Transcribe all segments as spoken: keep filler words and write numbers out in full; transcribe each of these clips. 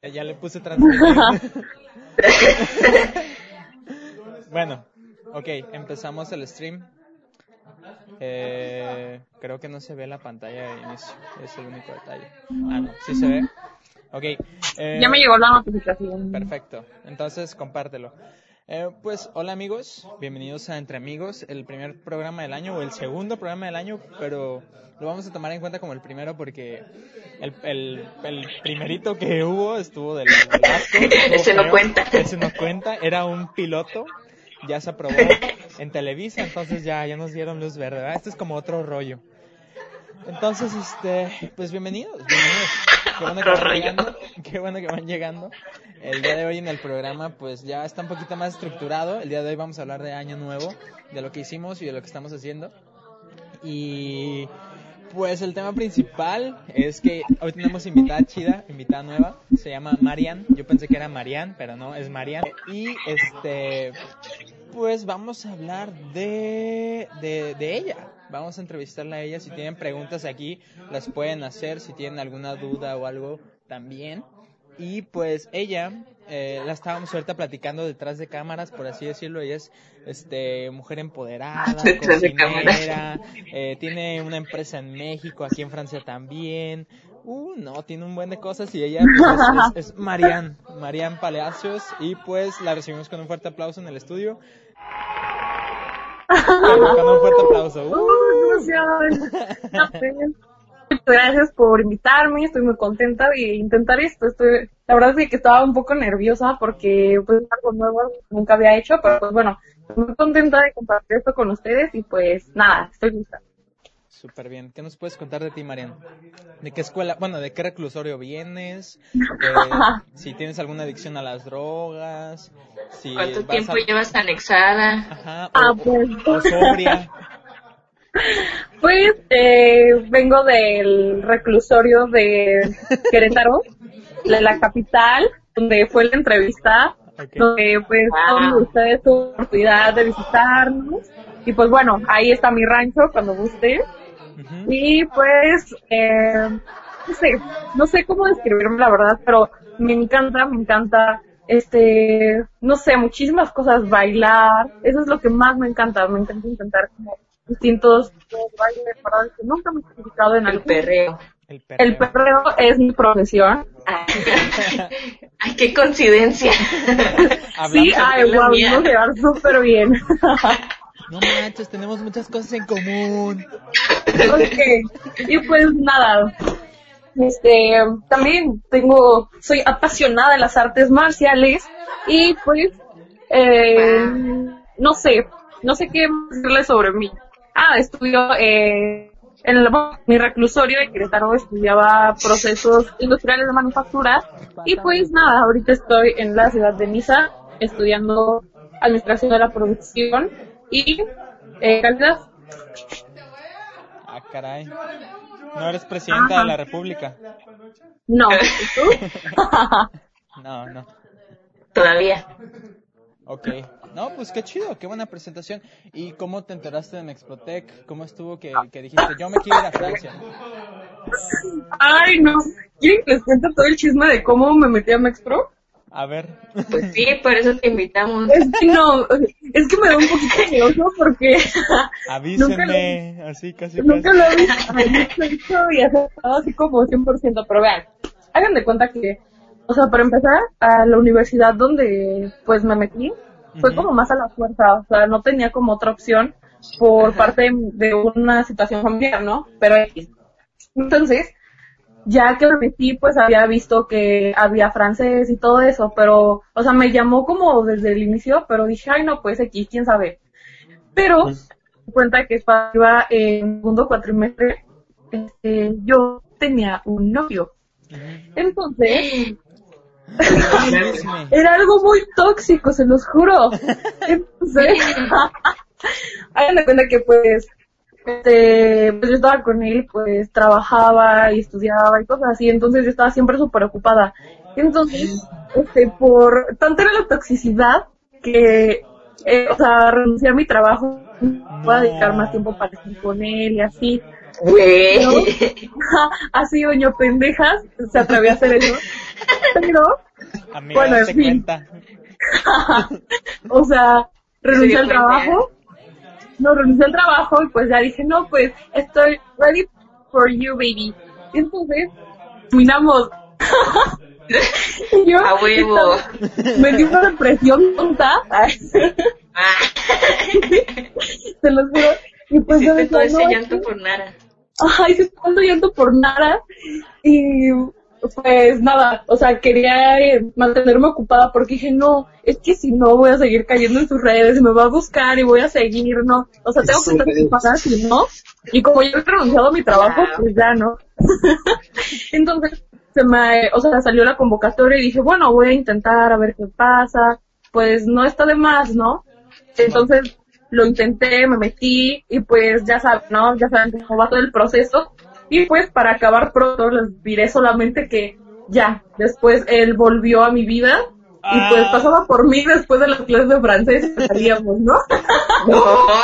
Ya le puse transmitir. Bueno, ok, empezamos el stream. Eh, creo que no se ve la pantalla de inicio, es el único detalle. Ah, no, sí se ve. Ok. Eh, ya me llegó la notificación. Perfecto, entonces compártelo. Eh, pues hola amigos, bienvenidos a Entre Amigos, el primer programa del año o el segundo programa del año, pero lo vamos a tomar en cuenta como el primero porque el, el, el primerito que hubo estuvo del asco. Ese no cuenta. Ese no cuenta, era un piloto, ya se aprobó en Televisa, entonces ya, ya nos dieron luz verde, ¿verdad? Este es como otro rollo. Entonces, este, pues bienvenidos, bienvenidos. Qué bueno que van llegando, qué bueno que van llegando. El día de hoy en el programa pues ya está un poquito más estructurado. El día de hoy vamos a hablar de año nuevo, de lo que hicimos y de lo que estamos haciendo. Y pues el tema principal es que hoy tenemos invitada chida, invitada nueva, se llama Marian. Yo pensé que era Marian, pero no, es Marian. Y este, pues vamos a hablar de, de, de ella. Vamos a entrevistarla a ella. Si tienen preguntas aquí, las pueden hacer. Si tienen alguna duda o algo, también. Y pues ella, eh, la estábamos ahorita platicando detrás de cámaras, por así decirlo. Ella es este, mujer empoderada, cocinera, eh, tiene una empresa en México, aquí en Francia también. Uh, no, tiene un buen de cosas. Y ella pues, es, es, es Marian, Marian Palacios. Y pues la recibimos con un fuerte aplauso en el estudio. Con un fuerte aplauso. Uh. Muchas gracias por invitarme, estoy muy contenta de intentar esto. Estoy, la verdad es que estaba un poco nerviosa porque pues es algo nuevo, nunca había hecho, pero pues bueno, estoy muy contenta de compartir esto con ustedes y pues nada, estoy lista. Súper bien. ¿Qué nos puedes contar de ti, Marian? ¿De qué escuela, bueno, de qué reclusorio vienes? Eh, si tienes alguna adicción a las drogas. Si ¿Cuánto tiempo a... llevas anexada? Ajá, o, ah, pues. o, o sobria. Pues eh, vengo del reclusorio de Querétaro, de la capital, donde fue la entrevista, okay. Donde pues wow. Todos ustedes tuvo la oportunidad de visitarnos. Y pues bueno, ahí está mi rancho cuando guste. Uh-huh. Y pues, eh, no sé, no sé cómo describirme la verdad, pero me encanta, me encanta, este, no sé, muchísimas cosas, bailar, eso es lo que más me encanta, me encanta intentar como distintos bailes, ¿verdad? Que nunca me he identificado en el algo. Perreo. El perreo. El perreo es mi profesión. Ay, qué coincidencia. Sí, ay, wow, vamos a llevar súper bien. No manches, tenemos muchas cosas en común. Ok, y pues nada, este, también tengo, soy apasionada de las artes marciales y pues, eh, no sé, no sé qué decirles sobre mí. Ah, estudio, eh, en el, mi reclusorio de Querétaro estudiaba procesos industriales de manufactura y pues nada, ahorita estoy en la ciudad de Niza estudiando administración de la producción y eh, calidad. Ah, caray. ¿No eres presidenta Ajá. de la República? No. ¿Y tú? No, no. Todavía. Ok. No, pues qué chido, qué buena presentación. ¿Y cómo te enteraste de Mexprotec? ¿Cómo estuvo que, que dijiste, yo me quiero ir a Francia? Ay, no. ¿Quieren que les cuente todo el chisme de cómo me metí a Mexpro? A ver. Pues sí, por eso te invitamos. Es que no, es que me da un poquito miedoso porque... Avísenme, lo, así casi Nunca casi. lo he visto y aceptado así como cien por ciento, pero vean, hagan de cuenta que, o sea, para empezar, a la universidad donde pues me metí, fue uh-huh. como más a la fuerza, o sea, no tenía como otra opción por uh-huh. parte de una situación familiar, ¿no? Pero entonces... Ya que me metí, pues había visto que había francés y todo eso, pero, o sea, me llamó como desde el inicio, pero dije, ay, no, pues aquí, quién sabe. Pero, me di cuenta que iba en segundo cuatrimestre, este, yo tenía un novio. Entonces, era algo muy tóxico, se los juro. Entonces, hagan de cuenta que, pues, Este, pues yo estaba con él, pues trabajaba y estudiaba y cosas así, entonces yo estaba siempre súper ocupada. Entonces, este, por tanto era la toxicidad que, eh, o sea, renuncié a mi trabajo, no puedo dedicar más tiempo para estar con él y así. Güey. ¿no? Así, doña pendejas, se atrevió a hacer eso. Pero, Amiga, bueno, en date fin. cuenta. O sea, renuncié Se al dio cuenta, trabajo. No, renuncié al trabajo y pues ya dije, no, pues estoy ready for you, baby. Y entonces, terminamos. Y yo, A huevo. estaba- me dio una depresión tonta. Ah. Te lo juro. Y pues yo Hiciste todo decía, ese no, llanto es que- por nada. Ajá, hice tanto llanto por nada. Y pues nada, o sea, quería eh, mantenerme ocupada porque dije, no, es que si no voy a seguir cayendo en sus redes y me va a buscar y voy a seguir, ¿no? O sea, tengo que estar ocupada si no. Y como yo he renunciado a mi trabajo, pues ya no. Entonces, se me, o sea, salió la convocatoria y dije, bueno, voy a intentar a ver qué pasa. Pues no está de más, ¿no? Entonces, lo intenté, me metí y pues ya saben, ¿no? Ya saben cómo va todo el proceso. Y pues para acabar pronto les diré solamente que ya, después él volvió a mi vida y pues Ah. pasaba por mí después de las clases de francés y salíamos, ¿no? No.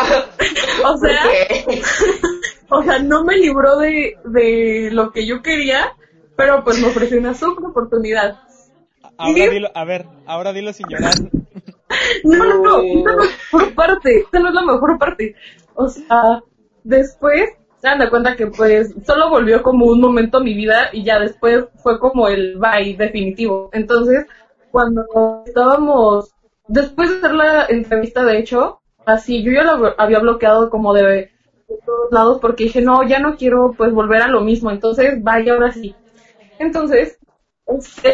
O ¿Por sea, qué? o sea, no me libró de, de lo que yo quería, pero pues me ofreció una super oportunidad. Ahora dilo, a ver, ahora dilo sin llorar. No, no, no, esta no es la mejor parte, esta no es la mejor parte. O sea, después se dan de cuenta que pues solo volvió como un momento a mi vida y ya después fue como el bye definitivo. Entonces, cuando estábamos, después de hacer la entrevista, de hecho, así, yo ya lo había bloqueado como de, de todos lados porque dije, no, ya no quiero pues volver a lo mismo, entonces vaya ahora sí. Entonces, este,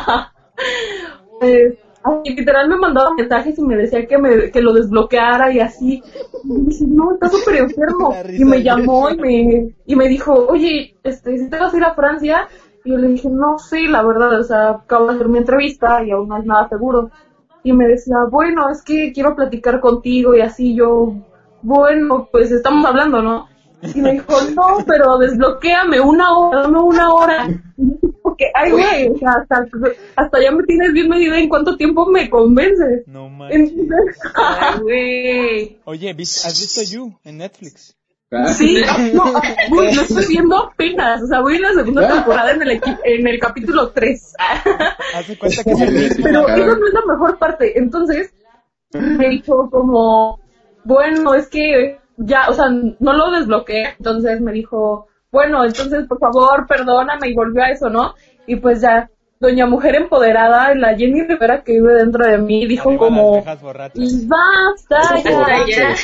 pues, así, literal me mandaba mensajes y me decía que me que lo desbloqueara y así. Y dije, no, está súper enfermo. La risa Y me de llamó y Joshua. me, y me dijo, oye, este, ¿si te vas a ir a Francia? Y yo le dije, no sé, la verdad, o sea, acabo de hacer mi entrevista y aún no es nada seguro. Y me decía, bueno, es que quiero platicar contigo y así. Yo, bueno, pues estamos hablando, ¿no? Y me dijo, no, pero desbloquéame una hora, dame una hora. Y yo, porque, ay, güey, o sea, hasta, hasta ya me tienes bien medida en cuánto tiempo me convences. No manches. Entonces, Ay, güey. Oye, ¿vis- ¿has visto You en Netflix? Ah, sí, no, voy, lo estoy viendo apenas, o sea, voy en la segunda temporada en el, equi- en el capítulo tres. Haz de cuenta que es el mismo. Pero esa no es la mejor parte. Entonces, me dijo como, bueno, es que ya, o sea, no lo desbloqueé. Entonces me dijo, bueno, entonces por favor, perdóname, y volvió a eso, ¿no? Y pues ya, doña mujer empoderada, la Jenny Rivera que vive dentro de mí, dijo Arriba las como, viejas borrachas. y basta Hasta ya. ya.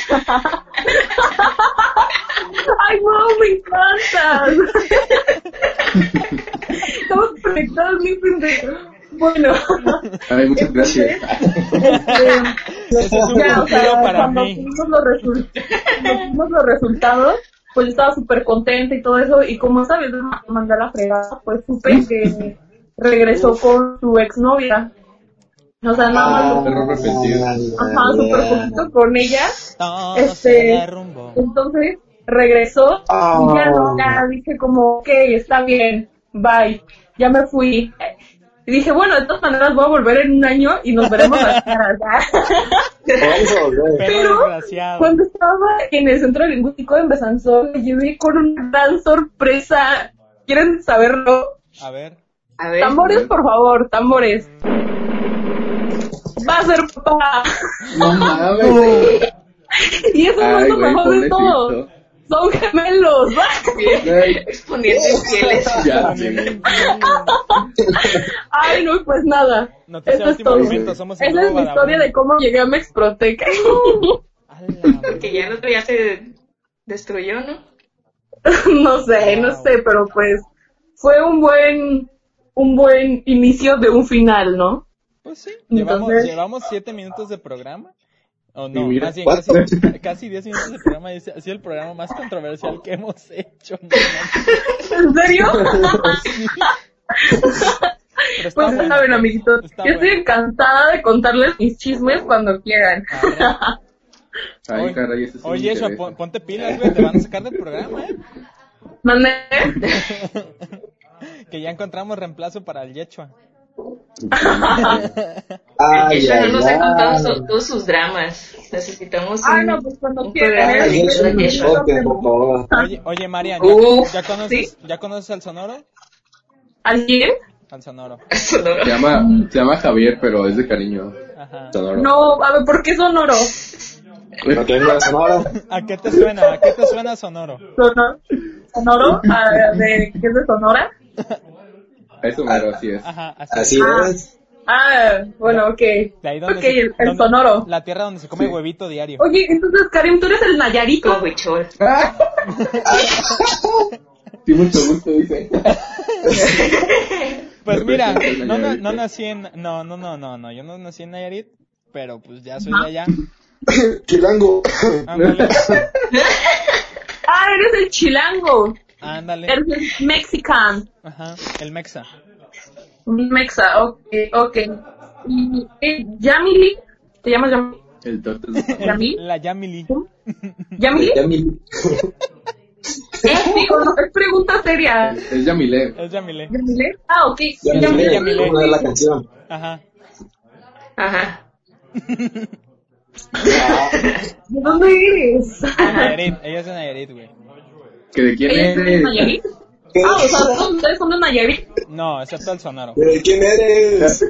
Ay, no, me encantas. Estamos conectados, mi pendejo. Bueno, Ay, muchas gracias. este, Ese es un ya, o sea, cumplido para cuando mí. tuvimos los, resul- cuando tuvimos los resultados, pues yo estaba súper contenta y todo eso, y como esta vez me mandé a la fregada, pues supe que regresó con su exnovia. O sea, nada Ah, más, perro arrepentido. ajá, súper poquito con ella. Todo Este, se derrumbó. Entonces regresó y ya no, ya dije como, ok, está bien, bye, ya me fui. Y dije, bueno, de todas maneras voy a volver en un año y nos veremos las caras. Perro Pero desgraciado. cuando estaba en el centro lingüístico en Besanzón, me llevé con una gran sorpresa. ¿Quieren saberlo? A ver. A ver. Tambores, por favor, tambores. Va a ser papá. No mames, güey. Y eso no es Ay, lo güey, mejor de todo. pobrecito. Son gemelos. Ay, Exponiendo infieles. ya, sí. Ay, no, pues nada. Noticia Eso de es último todo. momento, somos el Esa es nuevo la historia Badabun. de cómo llegué a Mexprotec. Porque ya el otro ya se destruyó, ¿no? No sé, no sé, pero pues fue un buen un buen inicio de un final, ¿no? Pues sí, llevamos, Entonces- llevamos siete minutos de programa. O no, Y mira, más bien cuatro. casi, casi diez minutos de programa. Y ese ha sido el programa más controversial que hemos hecho. No manches. ¿En serio? Pero está Pues ya bueno. saben, amiguitos, Está yo estoy bueno. encantada de contarles mis chismes cuando quieran. Ay, Oye, caray, este sí me Oye, Yeshua, interesa. pon- ponte pilas, güey. Te van a sacar del programa, ¿eh? ¿Mandé? Que ya encontramos reemplazo para el Yechua. Ay, Eso no nos ha contado so, todos sus dramas. Necesitamos ah, un, no, pues cuando un quieran. Oye, oye, Marian, ¿ya, Uf, ya conoces, ¿sí? ¿ya conoces al Sonoro? ¿Al quién? Al Sonoro. Sonoro. Se llama, se llama Javier, pero es de cariño. Ajá. Sonoro. No, a ver, ¿por qué Sonoro? No tengo la Sonora. ¿A qué te suena? ¿A qué te suena Sonoro? ¿Sonoro? ¿Sonoro? Ah, ¿de qué es de Sonora? Eso mero, así es. Ajá, así. Así Ah. es. Ah, bueno, ok. De ahí donde Ok, se- el, el donde- Sonoro. La tierra donde se come huevito diario. Oye, entonces, Karim, tú eres el Nayarito. Como huichol. Sí, mucho gusto, dice. Pues mira, Soy no, no, Nayarit. no nací en... No, no, no, no, no, yo no nací en Nayarit, pero pues ya soy de allá. Chilango. Ándale, Ah, eres el chilango. ándale. Eres el mexican. Ajá, el mexa. Mexa, ok, ok. ¿Y eh, Yamili? ¿Te llamas Yamili? El torto. ¿Yamil? La Yamili. ¿Yamili? Ya mi- ¿Eh? Sí, o no, es pregunta seria. Es Yamile. Es Yamile. ¿Yamile? Ah, ok. Ya mi- Yamile. Yamile. ¿Cómo es la canción? Ajá. Ajá. ¿De dónde eres? De Nayarit, ella es de Nayarit, güey. ¿Que de quién ¿Ella es de es? Nayarit? ¿Qué? Ah, o sea, ¿todos ustedes son de Nayarit? No, excepto el Sonoro. ¿De quién eres?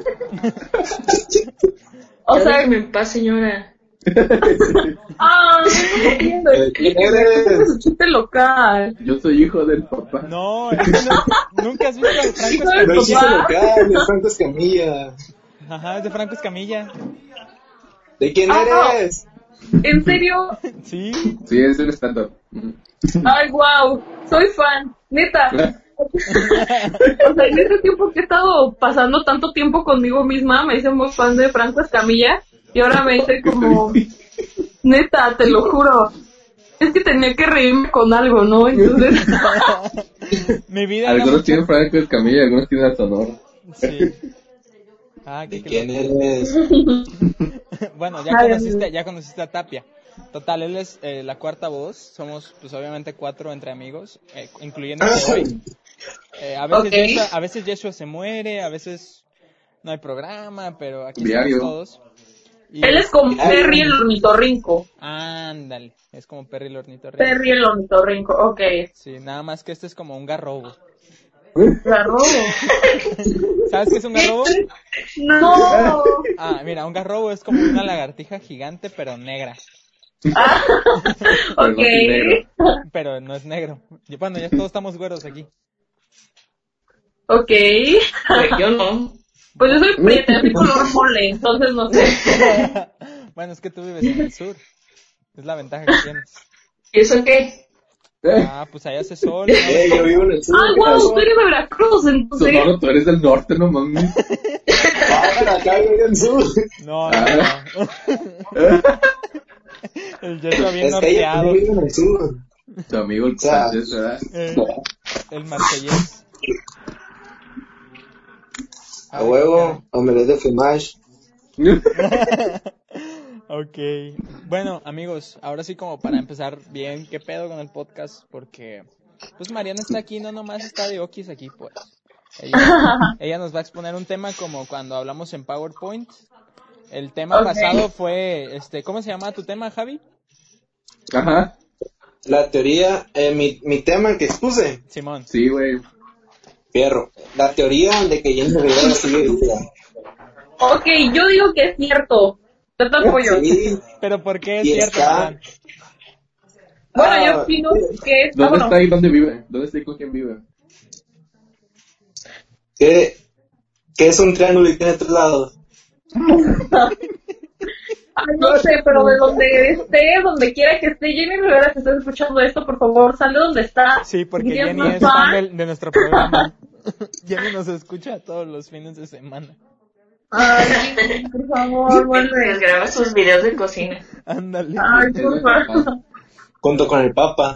O Ya sea, déjeme en paz, señora. ah, no entiendo. ¿De quién Explíqueme, eres? ¿cómo es su chiste local? Yo soy hijo del papá. No, es que no- nunca has visto al Franco Hijo de No Escamilla. existe local, de Franco Escamilla. Ajá, es de Franco Escamilla. ¿De quién Ah, eres? ¿En serio? Sí. Sí, es el stand-up. Mm. Ay, wow, soy fan, neta. O sea, en este tiempo que he estado pasando tanto tiempo conmigo misma, me hice muy fan de Franco Escamilla y ahora me hice como, neta, te lo juro. Es que tenía que reírme con algo, ¿no? Entonces, Mi vida era Algunos mucho- tienen Franco Escamilla y algunos tienen a Sonoro. Sí. Ah, ¿De qué quién loco. eres? Bueno, ya Ay, conociste, ya conociste a Tapia. Total, él es eh, la cuarta voz. Somos, pues obviamente, cuatro entre amigos, eh, incluyendo hoy. Eh, a veces Ok. Yeshua, a veces Yeshua se muere, a veces no hay programa, pero aquí Diario. estamos todos. Y- él es como Perry el ornitorrinco. Ándale, es como Perry el ornitorrinco. Perry el ornitorrinco, ok. Sí, nada más que este es como un garrobo. La robo. ¿Sabes qué es un garrobo? No. Ah, mira, un garrobo es como una lagartija gigante, pero negra. Ah, ok. negro. Pero no es negro. Y bueno, ya todos estamos güeros aquí. Ok. Pero yo no. Pues yo soy prieta, soy color mole, entonces no sé. Bueno, es que tú vives en el sur. Es la ventaja que tienes. ¿Y eso qué? Ah, pues allá hace sol. ¿no? Eh, yo vivo en el sur. Ah, ¿qué wow, pasó? tú eres de Veracruz, entonces. Sonoro, tú eres del norte, no mames. Ah, acá vivo en el sur. No, no, no. El Yeshua bien Es que ella norteado. no vive en el sur. Tu amigo el O sea, francés, ¿verdad? Eh, el marsellés. A huevo, omelette de fromage. Ok. Bueno, amigos, ahora sí como para empezar bien, ¿qué pedo con el podcast? Porque, pues Mariana está aquí, no nomás está de Okis aquí, pues. Ella, ella nos va a exponer un tema como cuando hablamos en PowerPoint. El tema Ok. pasado fue, este, ¿cómo se llama tu tema, Javi? Ajá. La teoría, eh, mi, mi tema que expuse, Simón. Sí, güey. Fierro. La teoría de que Jenny Rivera sigue viva. Ok, yo digo que es cierto. Yo te apoyo. Sí, Pero ¿por qué es y cierto, está- Mariana? Bueno, Ah, yo opino que es. Ah, ¿Dónde bueno. está y dónde vive? ¿Dónde está y con quién vive? que, que es un triángulo y tiene tres lados. Ay, no sé, pero de donde esté, donde quiera que esté, Jenny Rivera, si estás escuchando esto, por favor, sal de donde está. Sí, porque Si tienes Jenny más es fan fan. del- de, nuestro programa. Jenny nos escucha todos los fines de semana. Ay, por favor, Les vuelve. graba sus videos de cocina. Ándale. Ay, por favor. Junto con el Papa.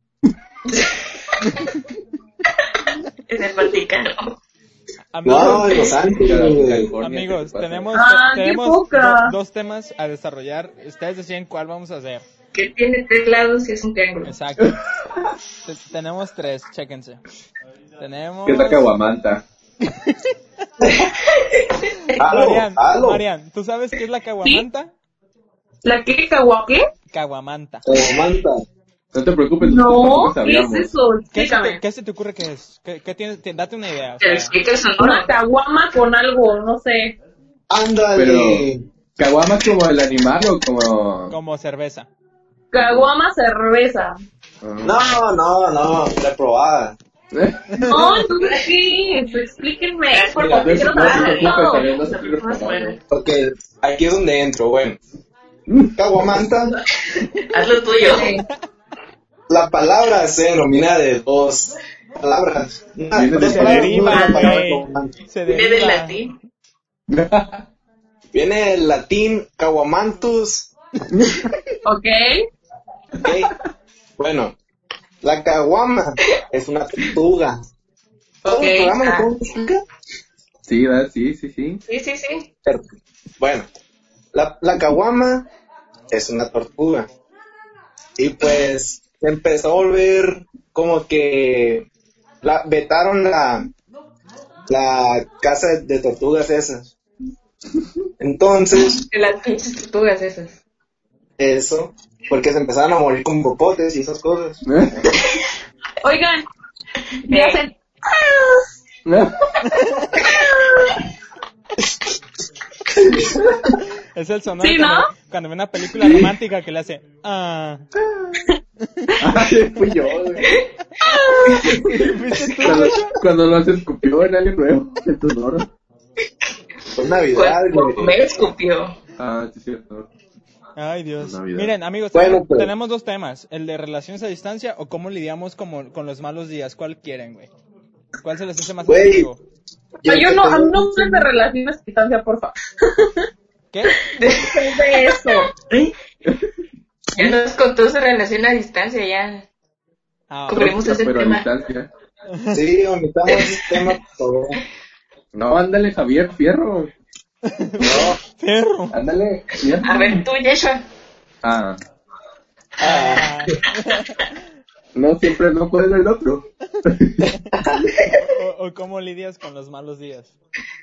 En el Vaticano. Amigos, No, en Los Ángeles. California, amigos, ¿qué te pasa? tenemos, Ah, qué tenemos poca. do- dos temas a desarrollar. Ustedes deciden cuál vamos a hacer. Que tiene tres lados y es un triángulo. Exacto. Te- tenemos tres, chéquense. Tenemos... ¿Qué es la caguamanta? Marian, aló. Marian, ¿tú sabes qué es la caguamanta? ¿La qué? ¿Cagua qué? Caguamanta. Caguamanta. No te preocupes, No, nosotros ¿qué sabíamos. es eso? ¿Qué se, te, Explícame. ¿Qué se te ocurre que es? ¿Qué, qué tienes? Te- date una idea. O Te sea, explica eso, Una ¿no? caguama con algo, no sé. Ándale. Pero, ¿caguama como el animal o como...? como cerveza. Caguama cerveza. No, no, no, reprobada. No, entonces sí, explíquenme, por Mira, favor, no quiero te saber preocupes, todo. también no se Más preocupe. buena. Ok, aquí es donde entro, bueno. Caguamanta, Haz lo tuyo. la palabra se denomina de dos palabras. Una, Viene de- dos Se palabras, deriva, una palabra güey. caguamanta. Se Viene del deriva. latín. Viene del latín caguamantus. Ok, Ok, bueno, la caguama es una tortuga. ¿Todo Ok, el programa lo ah. puedo explicar? Sí, ¿verdad? Sí, sí, sí. Sí, sí, sí. Pero, bueno, la, la caguama es una tortuga. Y pues se empezó a volver como que la, vetaron la, la casa de tortugas esas. Entonces, De las pinches tortugas esas. eso, porque se empezaron a morir con popotes y esas cosas. oigan, y Eh. hacen... Es el sonido Sí, cuando, ¿no? cuando ve una película romántica que le hace. Ah. Ay, fui yo, güey. ¿Viste tú, Cuando, Joshua? cuando lo se escupió en Año Nuevo, en tu Sonora. Fue Navidad, Cuando güey. me escupió. Ah, sí, cierto. Ay, Dios. Navidad. Miren, amigos, Bueno, tenemos, pues. tenemos dos temas. El de relaciones a distancia o cómo lidiamos como, con los malos días. ¿Cuál quieren, güey? ¿Cuál se les hace más Güey. efectivo? Yo, yo no, a mí no tengo- me de relaciones a distancia, por favor. ¿Qué? De eso. Ya nos contó su relación a distancia, ya. Ah, Cubrimos ese Pero a tema. distancia. Sí, omitamos ese tema, por favor. No, ándale, Javier Fierro. No, perro. Ándale, Fierro. A ver, tú, Yeshua. Ah, Ah, no siempre no puede el otro. o, o cómo lidias con los malos días.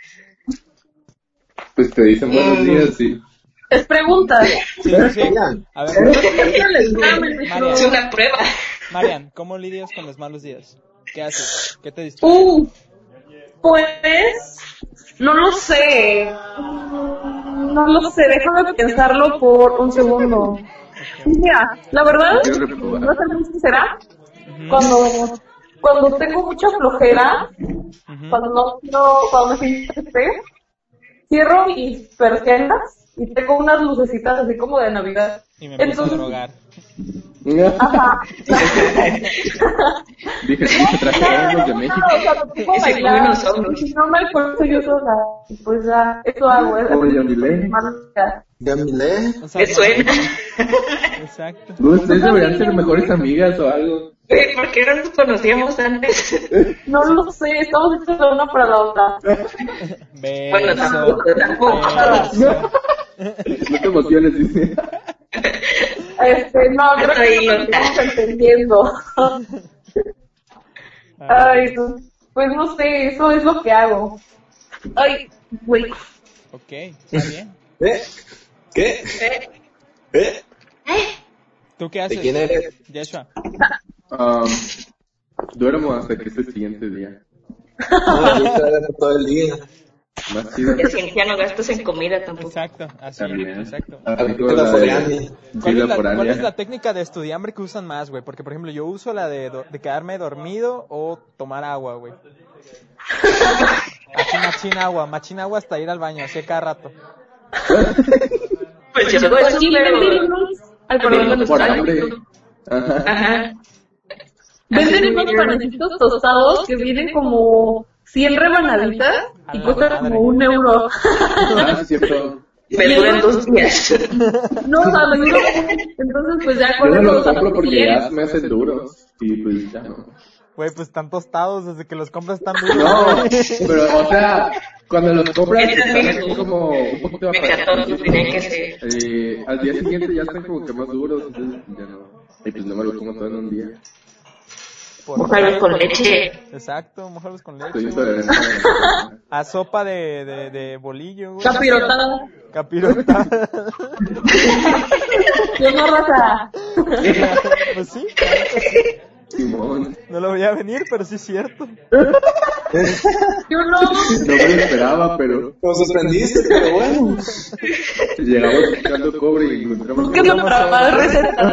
Pues te dicen buenos días, sí. Es pregunta. Sí, sí, sí. Oigan, A ver, Es el examen, mi María. Es una prueba. Marian, ¿cómo lidias con los malos días? ¿Qué haces? ¿Qué te distrae? Uh, pues, no lo sé. Mm, No lo sé, déjame pensarlo por un segundo. Mira, la verdad, Quiero reprobar. no ser muy sincera, cuando, cuando tengo mucha flojera, Ujú. cuando no quiero, cuando me siento triste, cierro mis persianas y tengo unas lucecitas así como de Navidad. Y me empiezo a Entonces, drogar. ajá. Dije, sí, se trajeron los de México. No, o sea, me pongo a Ese bailar, como nosotros. y no me esfuerzo yo sola, pues ya, eso hago. Es, Como Yamilé. ya miré. O sea, Me suena. Exacto. Ustedes deberían ser mejores amigas o algo. Güey, ¿por qué no nos conocíamos antes? No lo sé, estamos hechos la una para la otra. Beso. Bueno, tampoco, tampoco. beso. No te emociones, dice. Este, no, creo que Ahí no lo- nos estamos entendiendo. Ay, pues, pues no sé, eso es lo que hago. Ay, güey. Ok, está bien. ¿Eh? ¿Qué? ¿Eh? ¿Tú qué ¿De haces? quién eres? Yeshua. Um, duermo hasta que es el siguiente día. No, yo estoy todo el día. Más chido. Es que ya no gastas en comida tampoco. Exacto, así, También. exacto. Aplico Ahorita la la de foránea. ¿Cuál vida es, la, ¿Cuál foránea. es la técnica de estudiambre que usan más, güey? Porque, por ejemplo, yo uso la de, do- de quedarme dormido o tomar agua, güey. Así machín agua, machín agua hasta ir al baño, así a cada rato. Pues yo Pues hago eso, sí, pero... venden unos, ay, perdón, Venden Por unos hambre. panecitos. Ajá. Ajá. venden unos panecitos tostados que vienen como cien rebanaditas y A la cuestan madre. como un euro. Ah, sí, cierto. Me duran dos días. No, o sea, me duro. Entonces, pues ya Yo con no eso los compro los porque cien. ya me hacen duros. Y pues ya no. Güey, pues están tostados desde que los compras tan duros. No, güey. pero o sea, cuando los compras Eres están amigo. así como un poquito Me encantó, apagados. tenía que ser. Eh, al día siguiente ya están como que más duros, entonces ya no. Y pues no me los como todo en un día. por mojarlos con leche. Exacto, mojarlos con leche. Soy güey. intolerante. A sopa de, de, de bolillo, güey. Capirotada. Capirotada. Yo no, raza. Pues sí, Simón. no lo veía venir, pero sí es cierto. Yo no. No me lo esperaba, pero Nos sorprendiste, pero bueno. llegamos buscando cobre y encontramos. Búsquenlo para más recetas.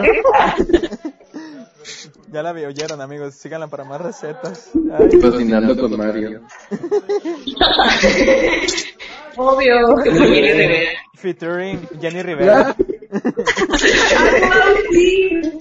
Ya la vi- oyeron, amigos, síganla para más recetas. Ay, Cocinando con Mario. Obvio. Jenny Rivera. featuring Jenny Rivera. Sí.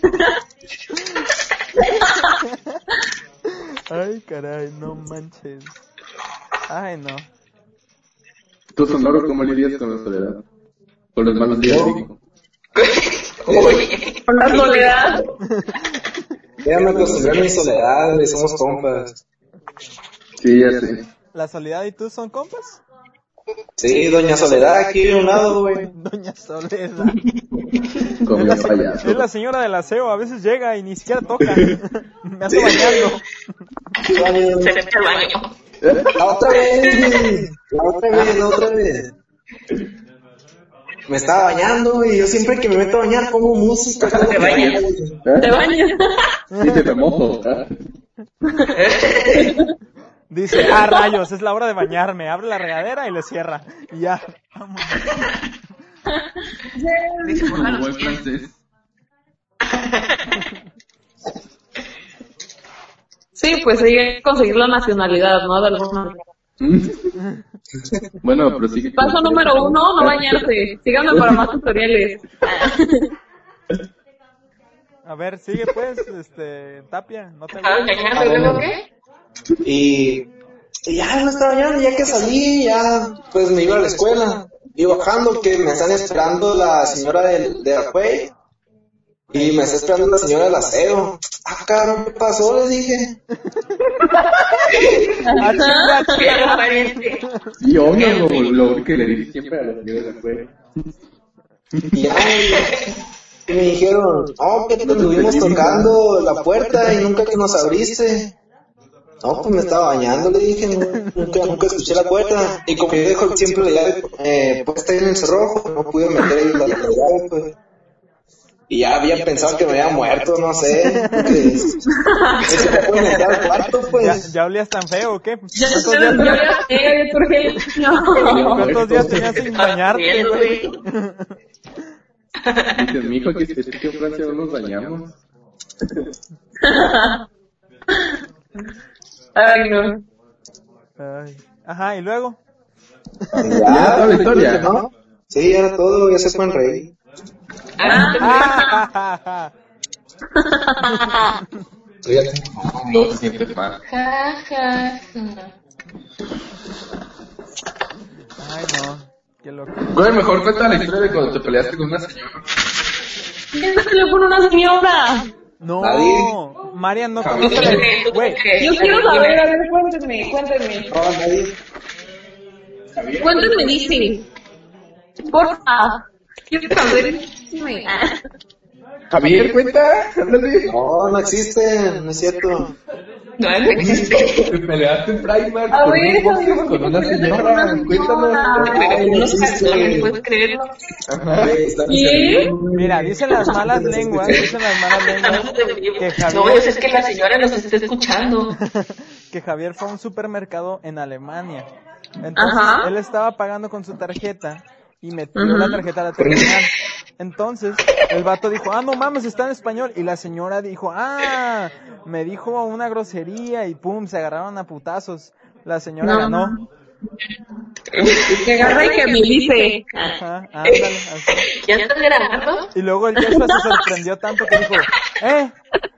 Ay, caray, no manches. Ay, no. ¿Tú, Sonoro, cómo lidias con la soledad? Con los malos días, digo. Oye, Con la soledad. Ya me acostumbré a mi soledad, güey, somos compas. Sí, ya sé. ¿La Soledad y tú son compas? Sí, doña Soledad aquí de un lado, güey. Doña Soledad. Comió Es la payaso. señora del aseo, a veces llega y ni siquiera toca. Me ando bañando. se mete al baño. La otra vez, güey. La otra vez, la otra vez. Me estaba bañando, güey. Yo siempre que me meto a bañar pongo música. Te bañas. Te bañas. Sí, te me mojo. ¿Ah? Dice, ah, rayos, es la hora de bañarme. Abre la regadera y le cierra. Y ya, vamos. Dice, Como "Ojalá". buen francés. Sí, pues hay que conseguir la nacionalidad, ¿no? De alguna manera. Bueno, pero sí que... Paso número uno, no bañarse. Síganme para más tutoriales. A ver, sigue pues, este, Tapia, no te ¿Estabas aburres. bañando y luego qué? Y, y ya me estaba bañando, ya que salí, ya pues me iba a la escuela. Y bajando que me están esperando la señora del, de Acuey. Y me está esperando la señora del aseo. Ah, cabrón, ¿qué pasó? Les dije. Ah, chinga, Que era pariente. Y obvio, lo, lo que le dije siempre a los niños de la escuela. Y ya, y me dijeron, oh, que te estuvimos tocando la puerta y nunca que nos abriste. No, pues me estaba bañando, le dije, nunca, nunca escuché la puerta. Y como yo dejo siempre la llave eh, puesta ahí en el cerrojo, no pude meter ahí la, la llave, pues. Y ya había pensado que me había muerto, no sé. Porque se me puede meter al cuarto, ¿Ya, pues. ¿Ya olías tan feo o qué? Ya ¿Cuántos sé, días, yo ya sé, porque no. ¿cuántos días tenías sin bañarte, Viendo, güey? güey. Dices, mijo, que es que en Francia no nos bañamos. Ay, no. Ay. Ajá, ¿y luego? Ya, toda la historia. ¿no? Sí, ya era todo, ya se pueden reír. Ah, No se siente mal. ja, ja, ja. Ay, no, qué loco. Güey, mejor cuenta la historia de cuando te peleaste con una señora. ¿Quién se le pone una señora? No, Nadie. Marian, no ¿Tú conoce crees? la... ¿Tú Güey, crees? Yo quiero saber, a ver, cuéntenme, cuéntenme. No, nadie. Cuéntenme, dice. Porfa. Quiero saber. Dime. Javier, cuenta. Ándale. No, no existe, no es cierto. No existe. Te peleaste en Primark A por ver, unos Javier, boxes ¿por qué con una te peleaste con señora. una Cuéntanos. señora? Ay, no Unos existe. calzones, ¿puedes creerlo? Ajá. ¿Qué? mira, dicen las malas lenguas, dicen las malas lenguas que No, Javier, es que la señora nos está escuchando. que Javier fue a un supermercado en Alemania. Entonces, Ajá. él estaba pagando con su tarjeta y metió Ujú. la tarjeta a la terminal. Entonces, el vato dijo, ah, no mames, está en español. Y la señora dijo, ah, me dijo una grosería y pum, se agarraron a putazos. La señora No. ganó. Que agarra y que me dice. Ajá, ándale, así. ¿Ya estás grabando? Y luego el Joshua se sorprendió tanto que dijo, eh,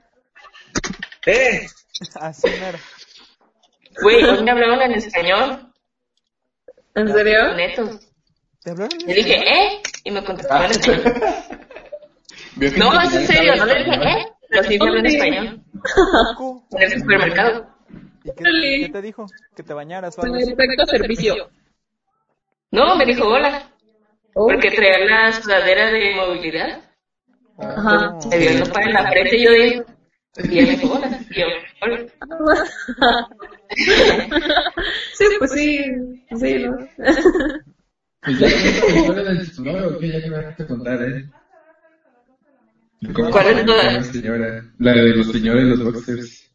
¡Eh! así mero. Güey, hoy me hablaron en español. ¿En serio? Netos. ¿Te hablaron? Le dije, ¿eh? Y me contestaron en español. Vio que No, tu es en señora serio, no estaba le dije, ¿eh? Pero sí me habló en español. Poco. En el supermercado. ¿Y qué, qué te dijo? Que te bañaras o algo así. Perfecto servicio. No, me dijo hola. Oh. Porque traía la sudadera de movilidad. Ajá. Oh. Me vio no para la frente y yo dije, y él me dijo hola. Sí, pues sí, sí, ¿no? Pues ya cuenta la historia del tsunami, que ya que me vas a contar, ¿eh? ¿Cuál es la? La señora, la de los señores y los boxers.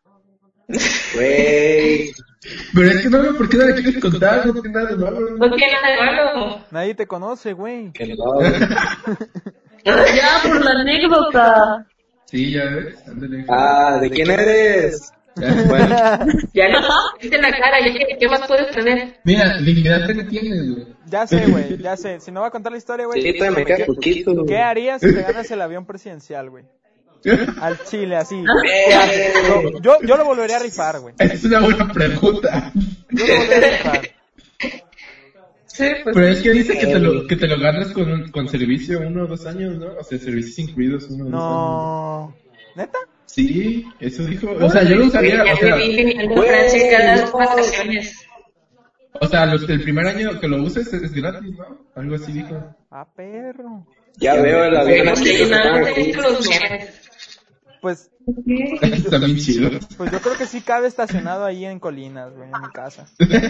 Güey. Pero es que no, ¿por qué no le quieres contar? No tiene nada de malo. No tiene nada de malo. Nadie te conoce, güey. Que no. Ya, por la anécdota. Sí, ya ves, ándale. Ah, ¿de quién eres? Bueno, Ya no viste en la cara, ya que- ¿qué más puedes tener? mira, dignidad te tienes, güey. Ya sé, güey, ya sé. Si no va a contar la historia, güey. Sí, todavía me queda poquito. ¿Qué harías si te ganas el avión presidencial, güey? Al Chile, así. Eh, Yo, yo, yo lo volvería a rifar, güey. Es una buena pregunta. Yo lo volvería a rifar. Sí, pues Pero es que dice que te lo, que te lo ganas con, con servicio uno o dos años, ¿no? O sea, servicios incluidos uno o dos años. No. ¿Neta? Sí, eso dijo. O sea, yo lo usaría, Ya o sea, viví viniendo a Francia cada dos vacaciones. o sea, los, el primer año que lo uses es gratis, ¿no? Algo así dijo. Ah, perro. Ya veo el avión No aquí. sé, nada, no he visto los memes. Pues, Está bien chido. pues yo creo que sí cabe estacionado ahí en Colinas, güey, en mi casa.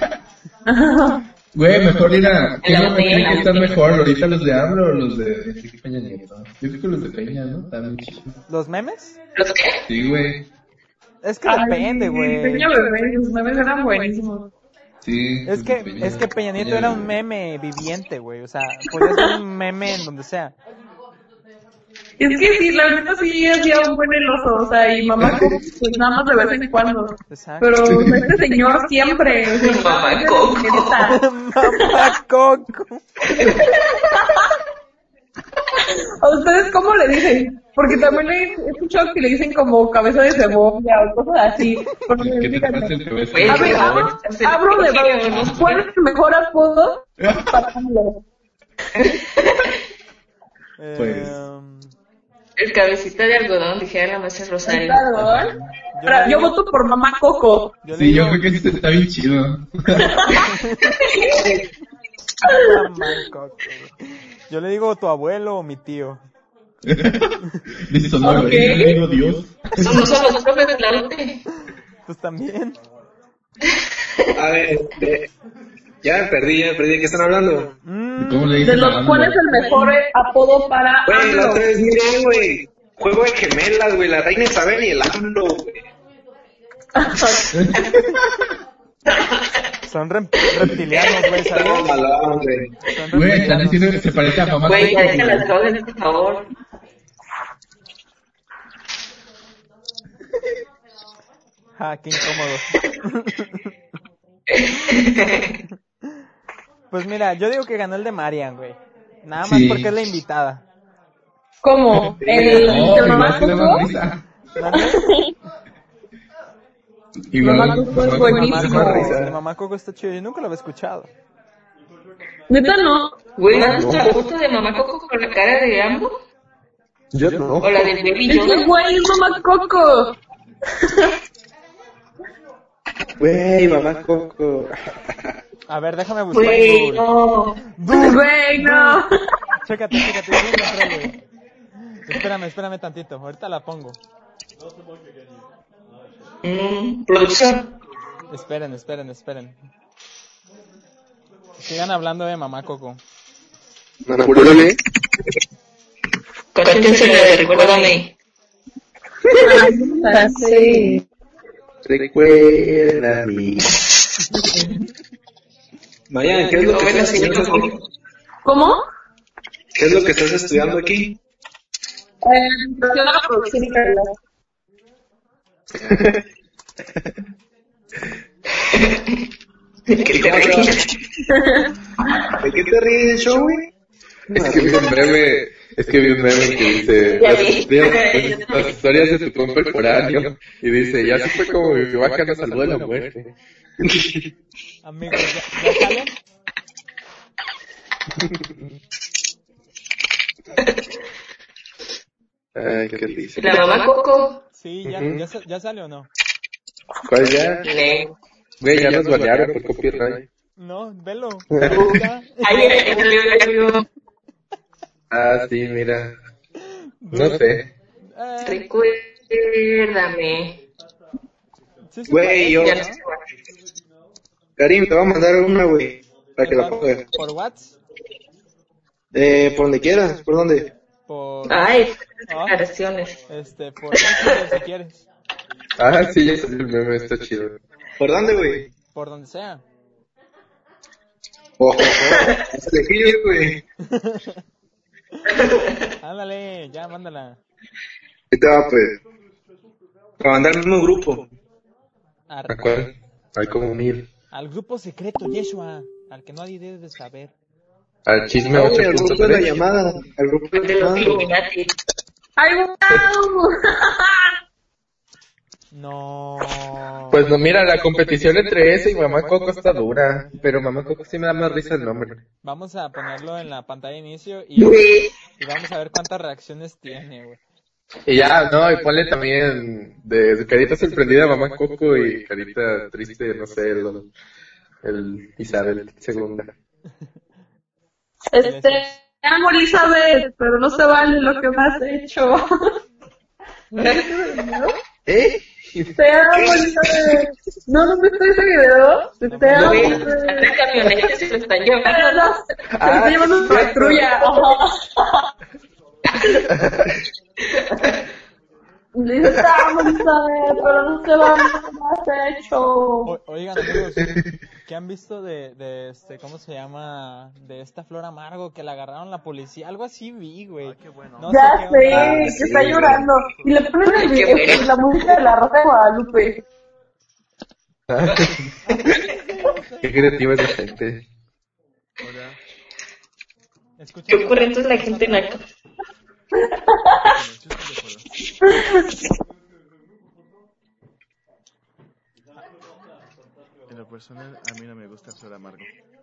Güey, mejor ir a... ¿Qué La no tiene botella. que estar mejor? ¿Ahorita los de AMLO o los de Enrique Peña Nieto? Yo creo que los de Peña, ¿no? Están bien chidos. ¿Los memes? ¿Los qué? Sí, güey. Es que depende, güey. Peña Bebé, sus memes eran buenísimos. Sí. Es los que, de Peña. es que Peña Nieto Peña era Nieto. un meme viviente, güey. O sea, podía ser un meme en donde sea. Es que sí, la verdad sí hacía un buen eloso, o sea, y mamá Coco, pues nada más de vez en cuando. Exacto. Pero o sea, este señor siempre. o sea, Mamá Coco. neta. Mamá Coco. ¿A ustedes cómo le dicen? Porque también he escuchado que le dicen como cabeza de cebolla o cosas así. Porque, ¿Qué te fíjate, pasa en tu cabeza? Güey, a ver, no, abro, se- abro de verdad. ¿Cuál es el mejor apodo para AMLO? Pues. Eh, El cabecita de algodón, dijera la maestra Rosario. Claro, ¿eh? yo, Ahora, le Yo digo, voto por mamá Coco. yo le Sí, digo, yo creo que sí está bien chido. Mamá Coco, güey. Yo le digo tu abuelo o mi tío. Dice Sonora, Ok. yo le digo Dios. Somos los profes de la U T. Pues también. A ver, eh, ya me perdí, ya me perdí. ¿De qué están hablando? Mm, ¿Cómo le De dicen a los AMLO? cuál es el mejor eh, apodo para Güey, la AMLO. otra vez miré, güey. Juego de gemelas, güey. La reina Isabel y el AMLO, güey. son rem- reptilianos, güey, Estaba ¿sabes? malón, güey. Son Güey, están reptilianos. diciendo que se parece a mamá. Güey, ya Coco, deja las drogas, por favor. Ah, qué incómodo. Pues mira, yo digo que ganó el de Marian, güey. Nada más Sí. porque es la invitada. ¿Cómo? ¿El No, de igual mamá se le da Coco? risa. ¿Mande? Igual, Mamá Coco es mamá Coco buenísimo. se Mamá da Coco, risa. mi mamá Coco está chido, yo nunca lo había escuchado. Neta no. Güey, ¿no has visto la foto de mamá Coco con la cara de ambos? Yo no. O la del Baby Ese Yoda. güey es mamá Coco. Güey, mamá Coco. A ver, déjame buscar en Güey, Google. no. Güey, no. Chécate, chécate, yo lo encontré, güey. Espérame, espérame tantito, ahorita la pongo. Mm, producción. Esperen, esperen, esperen. Sigan hablando de mamá Coco. Apúrale. Cántense la de Recuérdame. Sí. Recuérdame. Mariana, ¿qué es lo que estás estudiando? ¿Cómo? ¿Qué es lo que estás estudiando aquí? Eh, producción de la producción y calidad. ¿Qué te ríes? ¿De qué te ríes, show, güey? Es que vi un meme, es que vi un meme que dice, Ya las vi. historias, las historias de tu contemporáneo, y dice, ya se fue como mi vaca nos salvó de la muerte. Amigos, ¿ya, ya sale? Ay, qué risa. La mamá Coco. Sí, ya, ya, sa- ya sale o no. ¿Cuál ya? Le. Güey, ya nos banearon por copyright. No, velo. Ay, ya salió, ya salió. Ah, sí, mira. No sé. Eh, Recuérdame. Sí, sí, Güey, yo... parece, ¿no? Karim, te voy a mandar una, güey, para que la ¿Por, pongas. por WhatsApp? Eh, por donde quieras, ¿por dónde? Por... Ay, Ah, declaraciones. este, por Messenger si quieres. Ah, sí, ya sé, el meme está chido. ¿Por dónde, güey? Por donde sea. Ojo, ojo, es de aquí, güey. Ándale, ya, mándala. Ahí te va, pues. Para mandar al mismo grupo. Ar- ¿A cuál? Hay como mil. al grupo secreto, Yeshua. Al que nadie debe de saber. Al chisme No, güey, ocho al punto grupo de la tres. llamada. Al grupo de la De los llamada. Illuminati. ¡Ay, wow! No. Pues no, mira, la competición entre ese y Mamá Coco está dura. Pero Mamá Coco sí me da más risa el nombre. Vamos a ponerlo en la pantalla de inicio y, Güey. y vamos a ver cuántas reacciones tiene, güey. Y ya, no, y ponle también de carita sorprendida Mamá Coco y carita triste, no sé, el, el Isabel segunda. Este, te amo, Elizabeth, pero no se vale lo que me has hecho. ¿Eh? Te amo, Elizabeth. No, no me estoy ese video. Te, te amo, Güey, Elizabeth. la camioneta se lo están No, llevando. no, se está llevando una patrulla. Ajá. Le dice, te amo, Elizabeth, pero no se vale lo que me has hecho. O- oigan, amigos, ¿qué han visto de, de este, cómo se llama? De esta Flor Amargo que la agarraron la policía. Algo así vi, güey. No Ya qué sé, onda. Ah, que sí, está güey. llorando. Y le ponen el Qué video, bueno. la música de la Rosa de Guadalupe. Qué creativa es la gente. Escuchen Qué esta- ocurrente es la gente naca. En lo personal, a mí no me gusta el Flor Amargo.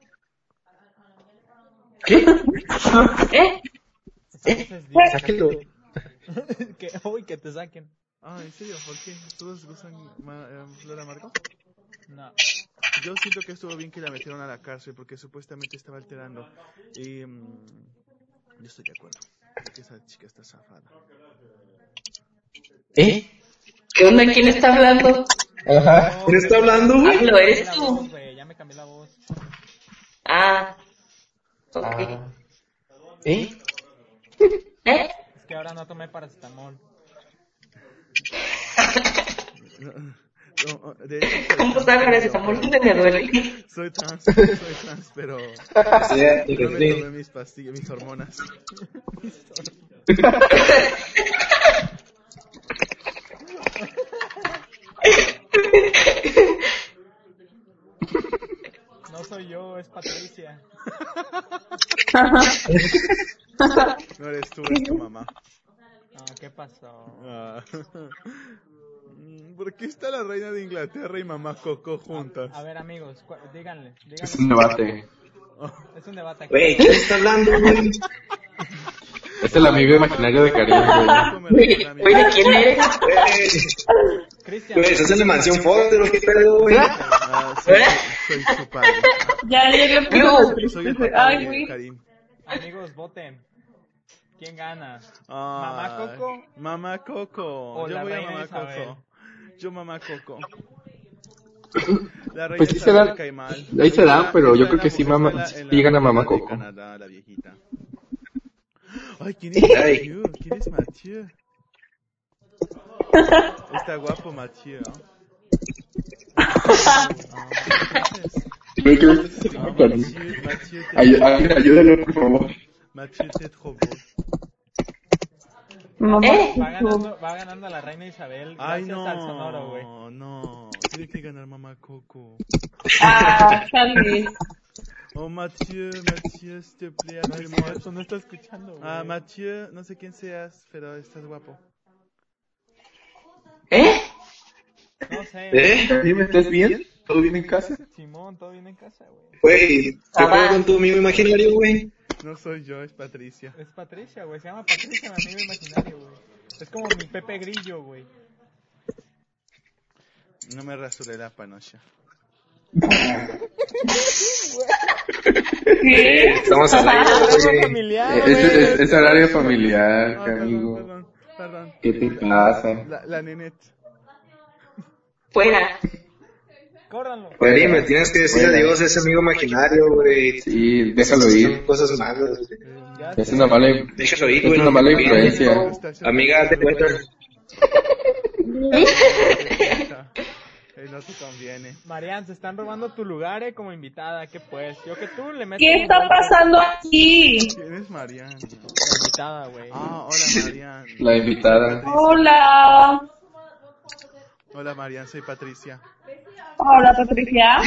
¿Eh? Entonces, digo, Sáquenlo. que, uy, que te saquen. Ah, ¿en serio? ¿Por qué? ¿Todos gustan ma- eh, Flor Amargo? No. Yo siento que estuvo bien que la metieron a la cárcel porque supuestamente estaba alterando. Y mm, yo estoy de acuerdo. Porque esa chica está zafada. ¿Eh? ¿Qué onda? ¿Quién está hablando? Ajá. ¿Quién está hablando, güey? Hablo, eres La tú. voz, güey, ya me cambié la voz. Ah. Ok. Ah. ¿Eh? ¿Eh? Es que ahora no tomé paracetamol. No, no, de hecho, soy ¿Cómo trans, sabes pero- paracetamol? ¿Dónde me duele? Soy trans, soy trans, pero Sí, no me sí. tomé mis pastillas, mis hormonas. No soy yo, es Patricia. No eres tú, es tu mamá. No, ¿qué pasó? Ah. ¿Por qué está la reina de Inglaterra y mamá Coco juntas? A ver, amigos, cu- díganle, díganle. Es un debate. Es un debate aquí. Güey, ¿quién está hablando, güey? Es el amigo imaginario de Karim, güey. Oye, oye, ¿quién eres? Cristian, Güey, estás en la mansión Foster, ¿qué pedo, güey? Ah, soy, soy su padre. Ya llegué a Yo. Soy el papá Ay, de güey. Karim. amigos, voten. ¿Quién gana? Ah, ¿Mamá Coco? Mamá Coco. O Yo la voy a reina Mamá Isabel. Coco. Yo Mamá Coco. La reina Pues sí se Isabel da- me cae mal. ahí se da, Está- pero yo está creo en que la- sí, está mamá- en la- sí en la gana Mamá de Coco. Canadá, la viejita. Ay, ¿quién es Mathieu? ¿Quién es Mathieu? Está guapo Mathieu, ¿no? Ah, Creo que- ah, Mathieu, Mathieu, te- Ay- ay- Ayúdalo, por favor. Mathieu, te trop beau. Mamá. ¿Eh? Va ganando, va ganando la reina Isabel gracias Ay, no, al sonoro, güey. no. Tiene que ganar Mamá Coco. Ah, Charlie. Oh, Mathieu, Mathieu, s'il te plaît, No es appelle-moi. cierto, no está escuchando, güey. Ah, Mathieu, no sé quién seas, pero estás guapo. ¿Eh? No sé. ¿Eh? Dime, ¿estás bien? ¿Todo bien en casa? Simón, todo bien en casa, güey. Güey, ¿qué pedo con tu amigo imaginario, güey? No soy yo, es Patricia. Es Patricia, güey. Se llama Patricia, mi amigo imaginario, güey. Es como mi Pepe Grillo, güey. No me rasuré la panocha. ¿Qué? Estamos al aire, Horario güey. familiar, Es, es, güey. es horario familiar, Ah, qué perdón, amigo. perdón, perdón. ¿Qué te pasa? La, la nenet. Fuera. Córranlo. Güey, me tienes que decir adiós a ese amigo imaginario, güey. Sí, déjalo ir. Cosas malas. Es una mala, Déjalo ir, es güey. una mala influencia. Amiga, te cuento. Eh, no te conviene. Marian, se están robando tu lugar, eh, como invitada. ¿Qué pues? Yo que tú le metes. ¿Qué un está golpe. pasando aquí? ¿Quién es Mariana? La invitada, güey. Ah, hola Mariana. La invitada. Hola. Hola Mariana, soy Patricia. Hola, Patricia.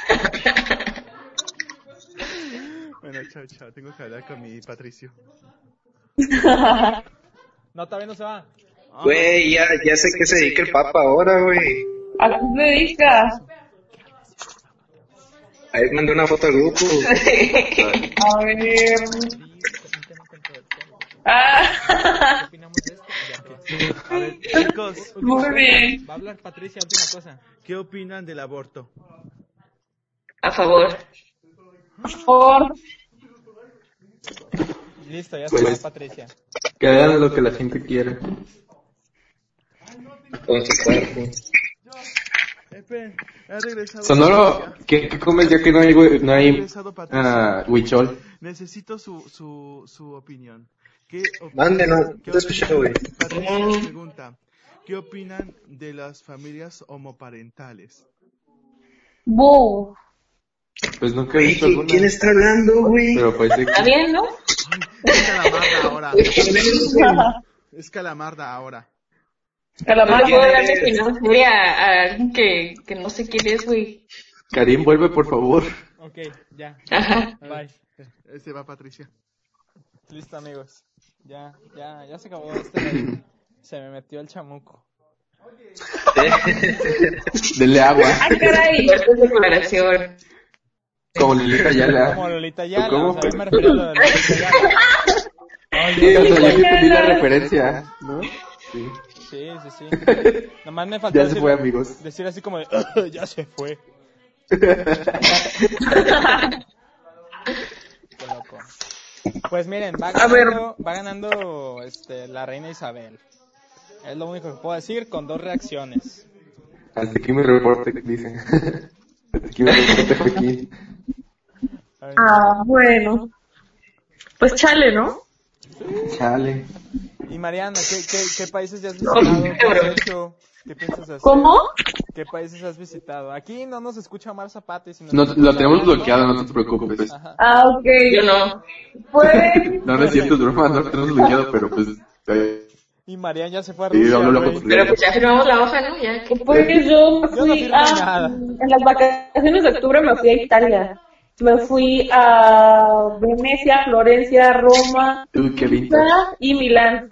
Bueno, chao, chao. Tengo que hablar con mi Patricio. No, todavía no se va. Güey, ya, ya sé que se dedica el Papa ahora, güey. ¿A qué te dedicas? Ahí mandé una foto al grupo. A ver. Ah. ¿Qué opinamos de esto? Ya, A ver, chicos, Muy bien. va a hablar Patricia, última cosa. ¿qué opinan del aborto? A favor. Por. Listo, ya se Pues- va Patricia. Que hagan lo que la gente quiera. Con su cuerpo. Epe, he regresado. Sonoro, Patricia. ¿qué, qué comes ya que no hay, hue- no He hay regresado, Patricia. ah, huichol? Necesito su, su, su opinión. ¿Qué opinan? Mande, no, ¿Qué no te escuché, güey. opinan? Patricia me pregunta, ¿qué opinan de las familias homoparentales? Bu. Pues nunca he Güey, visto ¿qui- alguna. ¿quién está hablando, güey? Pero pues sí. ¿Está bien, no? Es calamarda ahora. Es calamarda ahora. No Calamar. puedo darle financiera a alguien que, que no sé quién es, güey. Karim, vuelve por favor. Ok, ya. Ajá. Bye. Este va Patricia. Listo, amigos. Ya, ya, ya se acabó este live. Se me metió el chamuco. Dele agua. Ay, caray. Fuerte declaración. Como Lolita Yala. Como Lolita Yala, ¿Cómo? o sea, yo me refiero a lo de Lolita Yala. Sí, o sea, ya Yala. entendí la referencia, ¿no? Sí. Sí, sí, sí. Nomás me faltó Ya se decir, fue, amigos. decir así como de, ya se fue. Qué loco. Pues miren, va A ver. ganando, va ganando este, la reina Isabel. Es lo único que puedo decir con dos reacciones. Hasta aquí mi reporte, dice. Hasta aquí mi reporte, Joaquín. Ay, Ah, bueno. Pues chale, ¿no? Chale. Y Mariana, ¿qué, qué, qué países ya has visitado? ¿Qué has hecho? ¿Qué piensas hacer? ¿Cómo? ¿Qué países has visitado? Aquí no nos escucha Omar Zapata. Y si nos No, escucha lo tenemos Marco, bloqueado, no te preocupes. Ajá. Ah, ok. Yo no. Pues. No, no es cierto, es broma, no lo tenemos bloqueado, pero pues... eh, Y Mariana ya se fue a Sí, Rusia, hablo loco güey. con Pero pues ya firmamos la hoja, ¿no? Ya que... Pues yo me Yo no fui firmo a, nada. en las vacaciones de octubre me fui a Italia. Me fui a Venecia, Florencia, Roma, Uy, qué vintage. Pisa y Milán.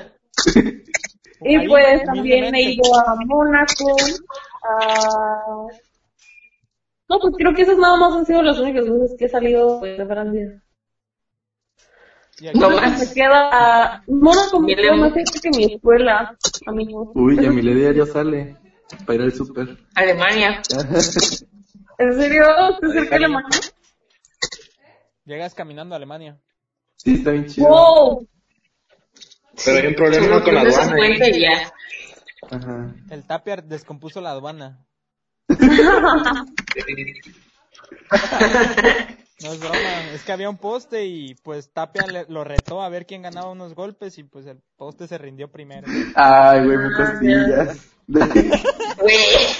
Y Ahí, pues también he humildemente. ido a Mónaco, a... No, pues creo que esos nada más han sido los únicos veces que he salido pues, de Francia. Y aquí- No Me más. queda a Mónaco, me queda Milán. más cerca que mi escuela, amigos. Uy, ya mi Ledia ya sale para ir al súper. Alemania. ¿En serio? ¿Estás cerca de Alemania? Llegas caminando a Alemania. Sí, está bien chido. ¡Wow! Pero hay un problema con la Cruces aduana. puente ¿eh? y ya. Ajá. El Tapia descompuso la aduana. No es broma, es que había un poste y pues Tapia le- lo retó a ver quién ganaba unos golpes y pues el poste se rindió primero. Ay, güey, me costillas. Güey.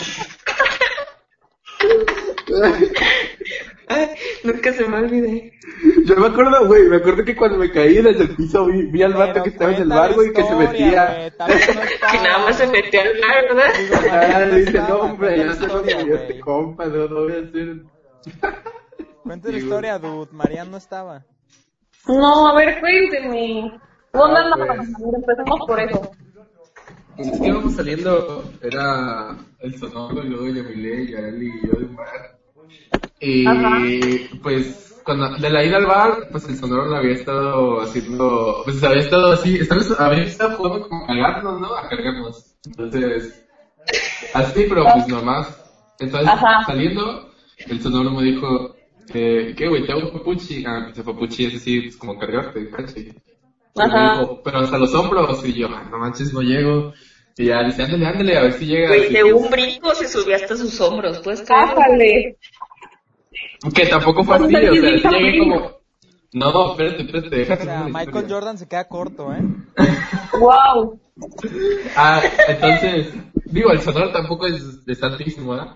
Ay, nunca se me olvide. Yo me acuerdo, güey, me acuerdo que cuando me caí desde el piso vi, vi al vato Pero que estaba en el cuenta bar, la güey, que se historia, metía. güey, Tapia no estaba. Que nada más se metió al mar, ¿verdad? Digo, Ah, Mariana no dice, estaba, no, hombre, cuenta ya la se lo historia, subió este güey. compa, no, no voy a hacer. Cuenta la Sí, historia, dude, Mariana no estaba. No, a ver, cuénteme. ¿Dónde Ah, andaban? pues. A ver, empecemos por eso. Pues es que íbamos saliendo, era el Sonoro y luego Yamile y Ari y yo de un bar. Y Ajá. pues cuando de la ida al bar, pues el Sonoro lo había estado haciendo, pues había estado así, estaba, había estado jugando como a cargarnos, ¿no? A cargarnos. Entonces, así, pero pues nomás. Entonces, Ajá. saliendo, el Sonoro me dijo, eh, ¿qué güey? ¿Te hago papuchi? Ah, pues el papuchi es así, pues como cargarte, caché. Y me Ajá. dijo, pero hasta los hombros, y yo, "Ah, no manches, no llego." Y ya dice, ándale, ándale, a ver si llega. Güey, de un brinco se subió hasta sus hombros, ¿puedes creerlo? ¡Ájale! Que tampoco fue así, o sea, sí llegué como... No, espérate, espérate, O déjate. sea, Michael Jordan se queda corto, ¿eh? ¡Wow! Ah, entonces, digo, el Sonora tampoco es, es altísimo, ¿verdad?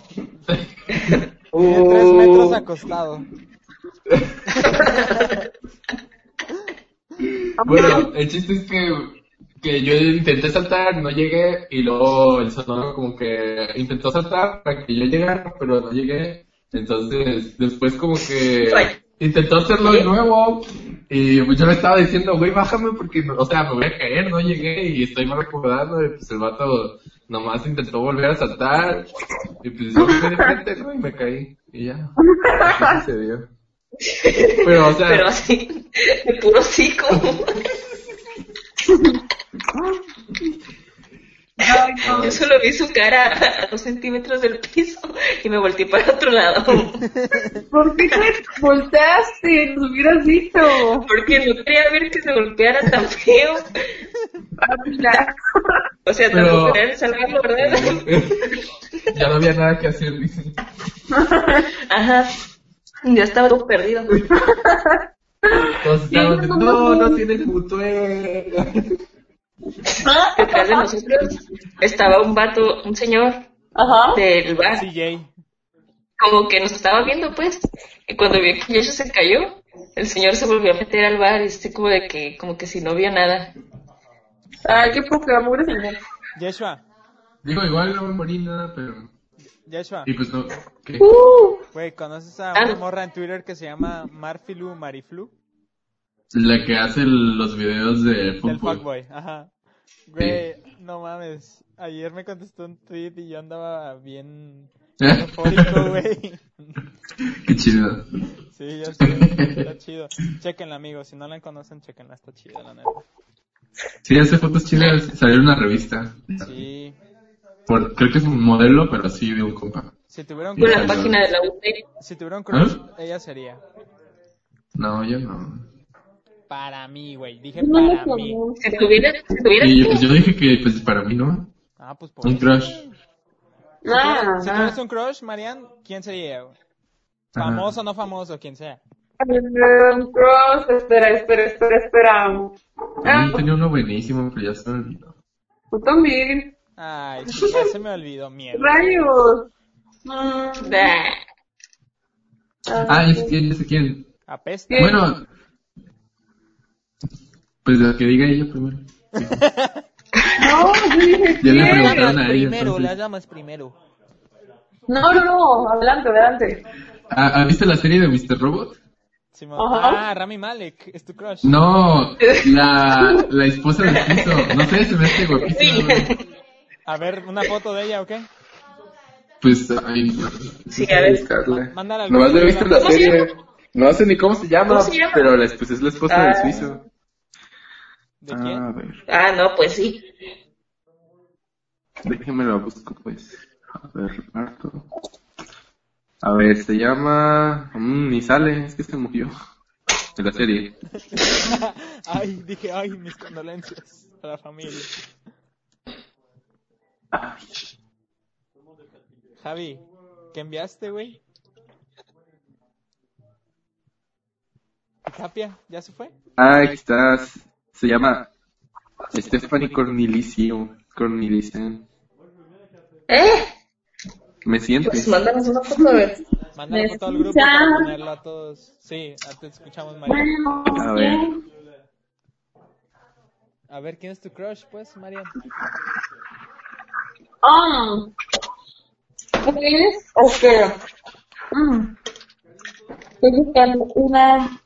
Tiene tres metros acostado. Bueno, el chiste es que, que yo intenté saltar, no llegué, y luego el Sonora como que intentó saltar para que yo llegara, pero no llegué. Entonces, después como que intentó hacerlo de nuevo, y pues yo le estaba diciendo, güey, bájame porque, no, o sea, me voy a caer, no llegué, y estoy mal acomodando, y pues el vato nomás intentó volver a saltar, y pues yo me quedé de frente, ¿no? Y me caí, y ya, así sucedió. Pero, o sea... Pero así, de puro hocico. Ay, no. Yo solo vi su cara a dos centímetros del piso y me volteé para otro lado. ¿Por qué te volteaste? Nos hubieras visto. Porque no quería ver que se golpeara tan feo. Ah, mira. O sea, Pero- tampoco quería salvarlo, ¿verdad? Ya no había nada que hacer, dice. Ajá. Ya estaba todo perdido. Entonces estaban de, no, no tienes mutuel. Detrás de nosotros estaba un vato, un señor Ajá. del bar. C J. Como que nos estaba viendo, pues. Y cuando vio que Yesha se cayó, el señor se volvió a meter al bar y así como de que, como que si no vio nada. Ay, qué poca mugre señor. Yeshua, Digo, igual no me morí nada, pero... Yeshua. Y pues no, ¿qué? Uh, Güey, ¿conoces a Ah. una morra en Twitter que se llama Marfilu Mariflu? La que hace los videos de Del fútbol. fuckboy, ajá. Güey, no mames. Ayer me contestó un tweet y yo andaba bien eufórico, güey. Qué chido. Sí, ya sé, está chido. Chequenla, amigos. Si no la conocen, chequenla, está chida, la neta. Sí, hace fotos chidas. Salió en una revista. Sí. Por, creo que es un modelo, pero sí de un compa. Si tuviera un Con la crush, página de la U T. si tuviera un crush, ¿Ah? ella sería. No, yo no. Para mí, güey. Dije no me para mí. Si tuviera, si tuviera Y pues yo dije que pues para mí no. Ah, pues por Un eso. crush. Ah, Si tienes un crush, Marian, ¿quién sería, güey? Ajá. Famoso o no famoso, quien sea. um, cross, espera, espera, espera, espera. También Ah, tenía uno buenísimo, pero ya se me olvidó. tú también. Ay, sí, ya se me olvidó, mierda. Rayos. Mm, Bah. Ah, ya sé quién, ya sé quién. Apesta. ¿Qué? Bueno, pues la que diga ella primero. No, yo dije Ya le ¿quién? preguntaron a ella. Primero, entonces. la llamas primero. No, no, no, adelante, adelante. Ah, ¿viste la serie de mister Robot? Simón. Ajá. Ah, Rami Malek, es tu crush. No, la, la esposa del piso. No sé, se me hace guapísima, güey. A ver, una foto de ella, ¿o qué? Pues, ay, Sí, a ver. buscarla. Mándala al Nomás grupo, he visto Iván. la ¿Cómo se serie. No sé ni cómo se llama, ¿Cómo se llama? pero la, pues es la esposa del Ah. suizo. ¿De A quién? ver, Ah, no, pues sí. déjenme lo busco, pues. A ver, reparto. A ver, se llama... Mm, ni sale, es que se murió. De la serie. Ay, dije, ay, mis condolencias a la familia. Javi, ¿qué enviaste, güey? ¿Y Tapia? ¿Ya se fue? Ah, aquí estás. Se llama Stephanie Cornelicio. Cornelisen. ¿Eh? ¿Me sientes? Pues mándanos una foto a ver. Manda la ¿Me foto al grupo escuchan? para ponerla a todos. Sí, a- te escuchamos, María. A ver. A ver, ¿quién es tu crush, pues, María? Ah. ¿Quieres? Ok. Mm. Estoy buscando una.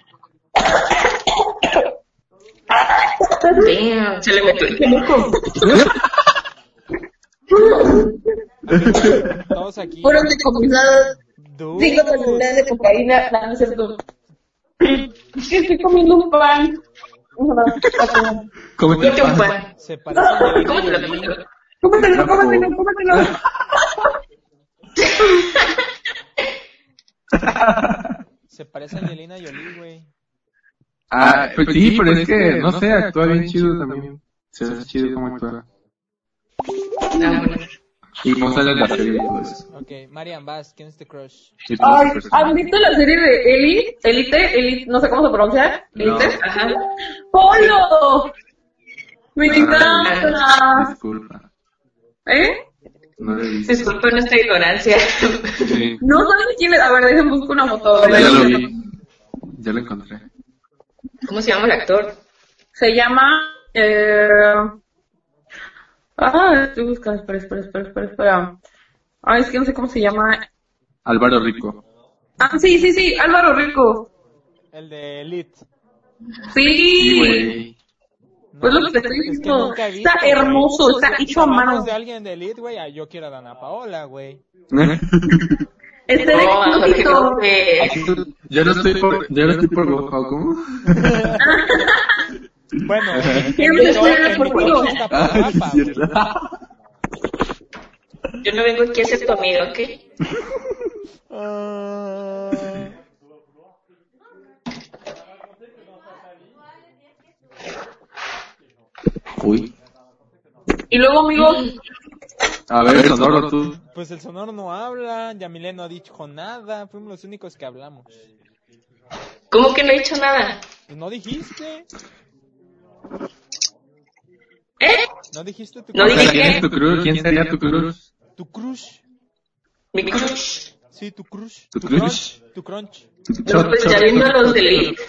Damn, se le metió el peluco. Todos aquí. Fueron decomisadas Dude. cinco toneladas de cocaína. No, no es cierto. Es que estoy comiendo un pan. Cómete Cómete un el pan. pan. Se parece a Angelina Cómetelo, Jolie. cómetelo. Cómetelo, cómetelo, cómetelo. Se parece a Angelina Jolie, güey. Ah, pues sí, pero es que, no sé, actúa bien chido también. Se ve chido cómo actúa. Ah, bueno. Y cómo sale la serie y todo eso. Ok, Marian, vas, ¿quién es tu crush? Y todos Ay, los personajes. ¿han visto la serie de Elite? Elite, Elite, no sé cómo se pronuncia. No. Elite. Ajá. ¡Polo! Me Ay, encanta. disculpa. ¿Eh? No lo he visto. Disculpa nuestra ignorancia. Sí. No sabes quién es. A ver, déjenme buscar una foto. Ya lo vi. Ya lo encontré. ¿Cómo se llama el actor? Se llama... Eh... Ah, estoy buscando. Espera, espera, espera, espera, espera. Ay, es que no sé cómo se llama. Álvaro Rico. Ah, sí, sí, sí. Álvaro Rico. El de Elite. Sí, Sí. güey. Pues lo que te estoy Es que diciendo. nunca he visto, Está güey. hermoso, está Si hecho a hablamos mano. de alguien de Elite, güey, ah, yo quiero a Dana Paola, güey. Este No, de Jorge Expósito. López. Yo no estoy por, yo no estoy por guapo, ¿cómo? Bueno, ¿Quién en se mi top- espera en mi por top ti? está por Ah, guapa, sí, güey. cierto. Yo no vengo aquí a ser tu amigo, ¿ok? Ah, Uy. Y luego, amigos, A ver, Sonoro, tú. pues el sonoro no habla, Yamile no ha dicho nada, fuimos los únicos que hablamos. ¿Cómo que no he dicho nada? Pues no dijiste, ¿Eh? no dijiste tu No O sea, dije ¿quién qué. es tu cruz? ¿Quién sería tu cruz? tu crush. Mi crush. Sí, tu crush. Tu crunch, crush. Tu crunch. No, pues ya viendo los de Elite.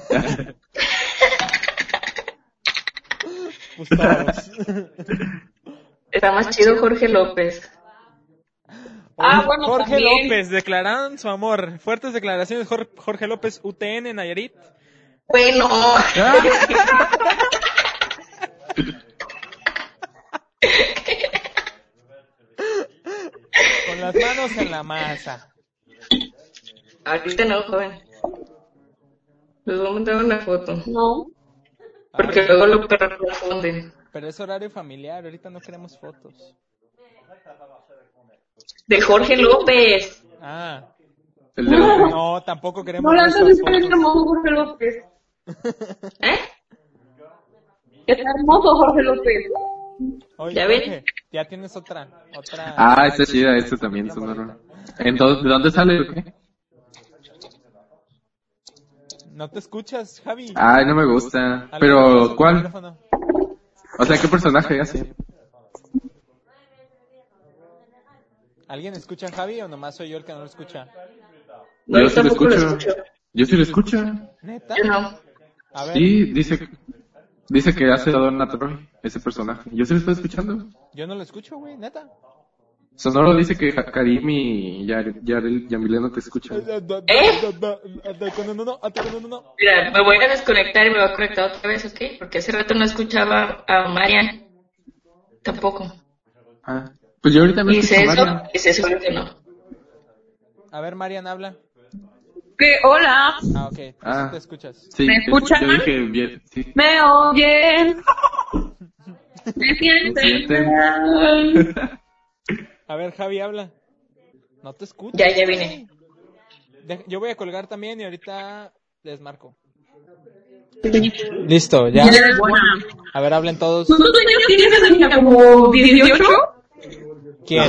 Pues todos. Está más chido Jorge López. Ah, bueno, Jorge también. López, declararon su amor. Fuertes declaraciones, Jor- Jorge López, U T N, Nayarit. Bueno. Con las manos en la masa. Ahorita no, joven. Les voy a mandar una foto. no. Porque luego lo confunden. Pero es horario familiar, ahorita no queremos fotos. De Jorge López. Ah, El de los- no, tampoco queremos No, la nuestras verdad es que es fotos. hermoso Jorge López. ¿Eh? Está hermoso Jorge López. Oye, ¿Ya ven? Jorge, ya tienes otra, otra. Ah, esta es chida, esta también, Sonoro. Entonces, ¿de dónde sale o qué? ¿No te escuchas, Javi? Ay, no me gusta. Algo con Pero, tu ¿cuál? micrófono. O sea, ¿qué personaje hace? ¿Alguien escucha a Javi o nomás soy yo el que no lo escucha? No, Yo yo sí lo tampoco lo escucho. escucho. Yo sí lo escucho. ¿Neta? Yo no. A ver, Sí, dice, dice que hace a Donna Troy, ese personaje. Yo sí lo estoy escuchando. yo no lo escucho, güey, neta. Sonoro dice que Ja- Karim y Yar- Yarel Yamile no te escuchan. ¿Eh? No, no, no, no, no. Mira, me voy a desconectar y me voy a conectar otra vez, ¿ok? Porque hace rato no escuchaba a Marian. Tampoco. Ah, pues yo ahorita me Dice escucho eso, Marian. dice eso que no. A ver, Marian, habla. Que hola, Ah, ok, tú Ah. sí te escuchas. Sí, ¿Me te- escuchan? Yo dije bien, sí. me oyen. Me sienten. sienten. A ver, Javi, habla. No te escucho. Ya, ya vine. De- yo voy a colgar también y ahorita les marco. Listo, ya. Ya eres buena. A ver, hablen todos. ¿Cuántos años tienes, amiga? ¿Como dieciocho? ¿Quién?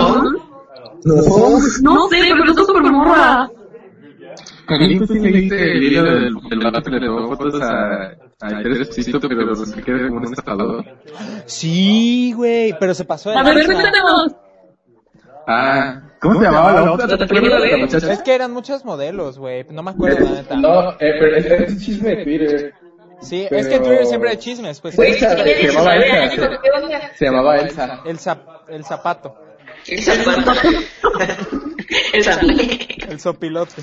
No sé, pero estás súper morra. Karim, tú sí leíste el hilo del, del vato que le tomó fotos a, a Teresito, pero se queda como un estafador. Sí, güey, pero se pasó de A ver, lanza. cuéntanos. Ah, ¿cómo se llamaba la otra? ¿Te acuerdas de la muchacha? Es que eran muchas modelos, güey. No me acuerdo, la neta. No, eh, pero es, es un chisme de Twitter. Sí, es que en Twitter siempre hay chismes, pues. Güey, Elsa, tiene se llamaba diecinueve Elsa. años, ¿qué onda? Se llamaba Elsa. El, zap- el zapato, El zapato. El zapato. el sopilote.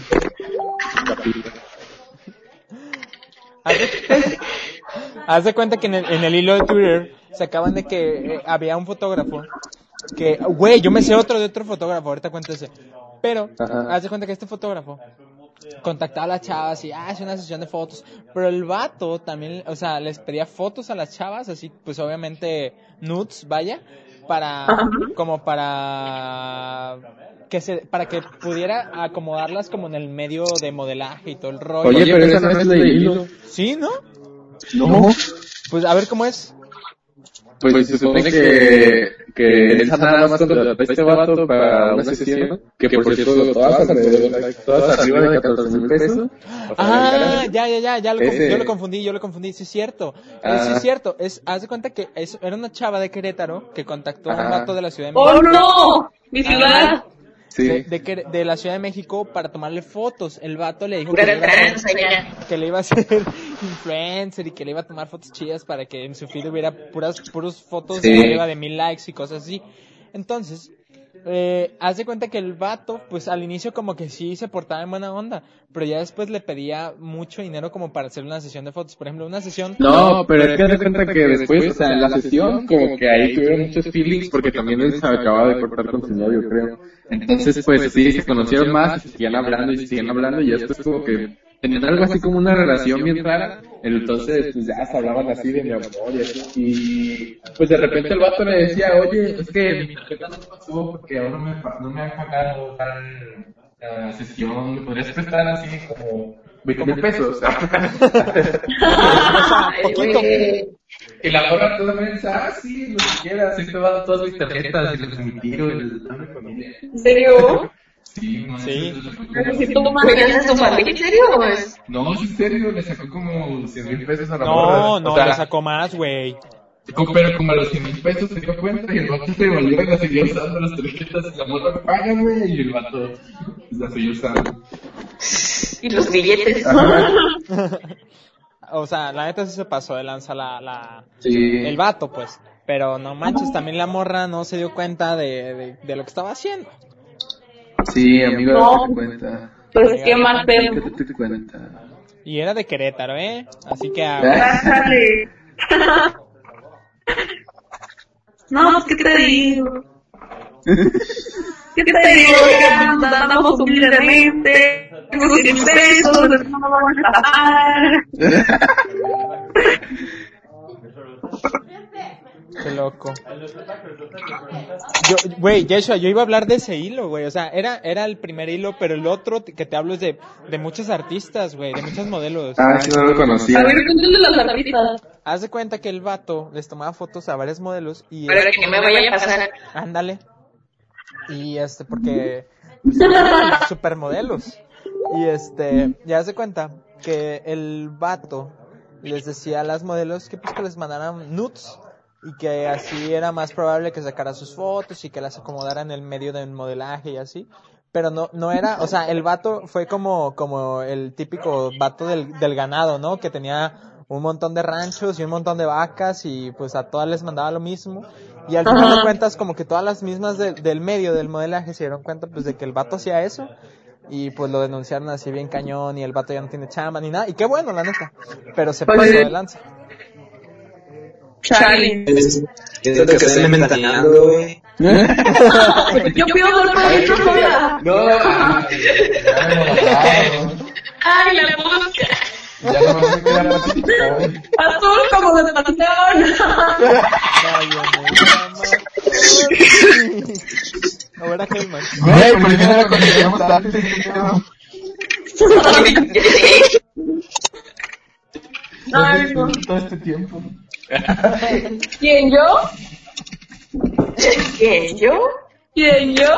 Haz de, haz de cuenta que en el, en el hilo de Twitter se acaban de que eh, había un fotógrafo que, güey, yo me sé otro de otro fotógrafo, ahorita cuento ese. Pero, Ajá. haz de cuenta que este fotógrafo contactaba a las chavas y, ah, hace una sesión de fotos. Pero el vato también, o sea, les pedía fotos a las chavas, así, pues obviamente nudes, vaya, para, como para que se, para que pudiera acomodarlas como en el medio de modelaje y todo el rollo. Oye, pero esa no es la de hilo. ¿Sí, no? No. Pues a ver cómo es. Pues se supone que, que él nada más contrató a este vato para una sesión, que por cierto, todas alrededor, todas arriba de catorce mil pesos. Ah, ya, ya, ya, ya lo Ese- conf- yo lo confundí, yo lo confundí, sí es cierto, eh, sí Ah. es cierto, es, haz de cuenta que es, era una chava de Querétaro que contactó a un Ajá. vato de la Ciudad de México. ¡Oh, no! ¡Mi ciudad! Sí. De, de, Quere- de la Ciudad de México para tomarle fotos. El vato le dijo que Pura le, iba a hacer, tranza ya. que le iba a hacer influencer y que le iba a tomar fotos chidas para que en su feed hubiera puras puras fotos Sí. de arriba de mil likes y cosas así. Entonces, eh, haz de cuenta que el vato, pues al inicio como que sí se portaba en buena onda, pero ya después le pedía mucho dinero como para hacer una sesión de fotos. Por ejemplo, una sesión... No, pero es que haz de cuenta que después, o sea, en la sesión, como que ahí tuvieron muchos feelings, porque también él se acababa de cortar con su novio, creo. Entonces, pues sí, se conocieron más, y seguían hablando y seguían hablando, y después como que tenían algo así como una relación bien rara. Entonces, pues ya se hablaban así de mi amor y así. Y pues de repente el vato le decía, oye, es que mi tarjeta no pasó porque ahora no me, pa- no me han pagado tal uh, sesión, ¿me podrías prestar así como veinte mil pesos? Ay, poquito. güey. Y la morra toda mensa, ah, sí, lo que quieras, esto va a todas mis tarjetas y les retiro y les da a mi familia. ¿En serio? Sí, no, Sí. eso- eso fue como- Pero si tú más ¿Cuidas de tu familia? ¿En serio? o es? No, en serio, le sacó como cien mil pesos a la No, morra. no, O sea, le sacó más, güey. como- pero como a los cien mil pesos se dio cuenta y el vato se volvió y la siguió usando las tarjetas y la morra, págame, y el vato pues, la siguió usando. Y los billetes. O sea, la neta sí se pasó de lanza la, la, Sí. el vato, pues. Pero no manches, también la morra no se dio cuenta de, de, de lo que estaba haciendo. Sí, amigo, No. date cuenta. Pues qué mal pedo. ¿Qué te cuenta? Y era de Querétaro, ¿eh? Así que... ah, Bájale. No, pues, ¿qué te digo? ¿Qué te digo? Que andamos humildemente. Tengo cien pesos, no me van a casar. Qué loco. Yo, güey, Yeshua, yo iba a hablar de ese hilo, güey. O sea, era, era el primer hilo, pero el otro que te hablo es de, de muchos artistas, güey, de muchos modelos. Ah, sí, no lo conocía. A ver, cuéntale las artistas. Haz de cuenta que el vato les tomaba fotos a varios modelos y... Para que no me vaya a pasar. Ándale. Y este, porque... Supermodelos. Y este, ya haz de cuenta que el vato les decía a las modelos que pues que les mandaran nudes. Y que así era más probable que sacara sus fotos y que las acomodara en el medio del modelaje y así. Pero no, no era, o sea, el vato fue como, como el típico vato del, del ganado, ¿no? Que tenía un montón de ranchos y un montón de vacas y pues a todas les mandaba lo mismo. Y al final de cuentas como que todas las mismas de- del medio del modelaje se dieron cuenta pues de que el vato hacía eso. Y pues lo denunciaron así bien cañón y el vato ya no tiene chamba ni nada. Y qué bueno, la neta. Pero se pasó de lanza. Charlie. Es lo que estoy inventando, güey. Yo pido por favor, sola. No, ah, ya me lo bajaron. Ay, la mosca. Ya no me queda más. Azul como de panteón. Ay, Dios mío, mamá. Ahora Hellman. Güey, ¿por qué no lo conocíamos antes? Ay, no. Todo este tiempo. ¿Quién yo? ¿Quién? ¿Yo? ¿Quién yo?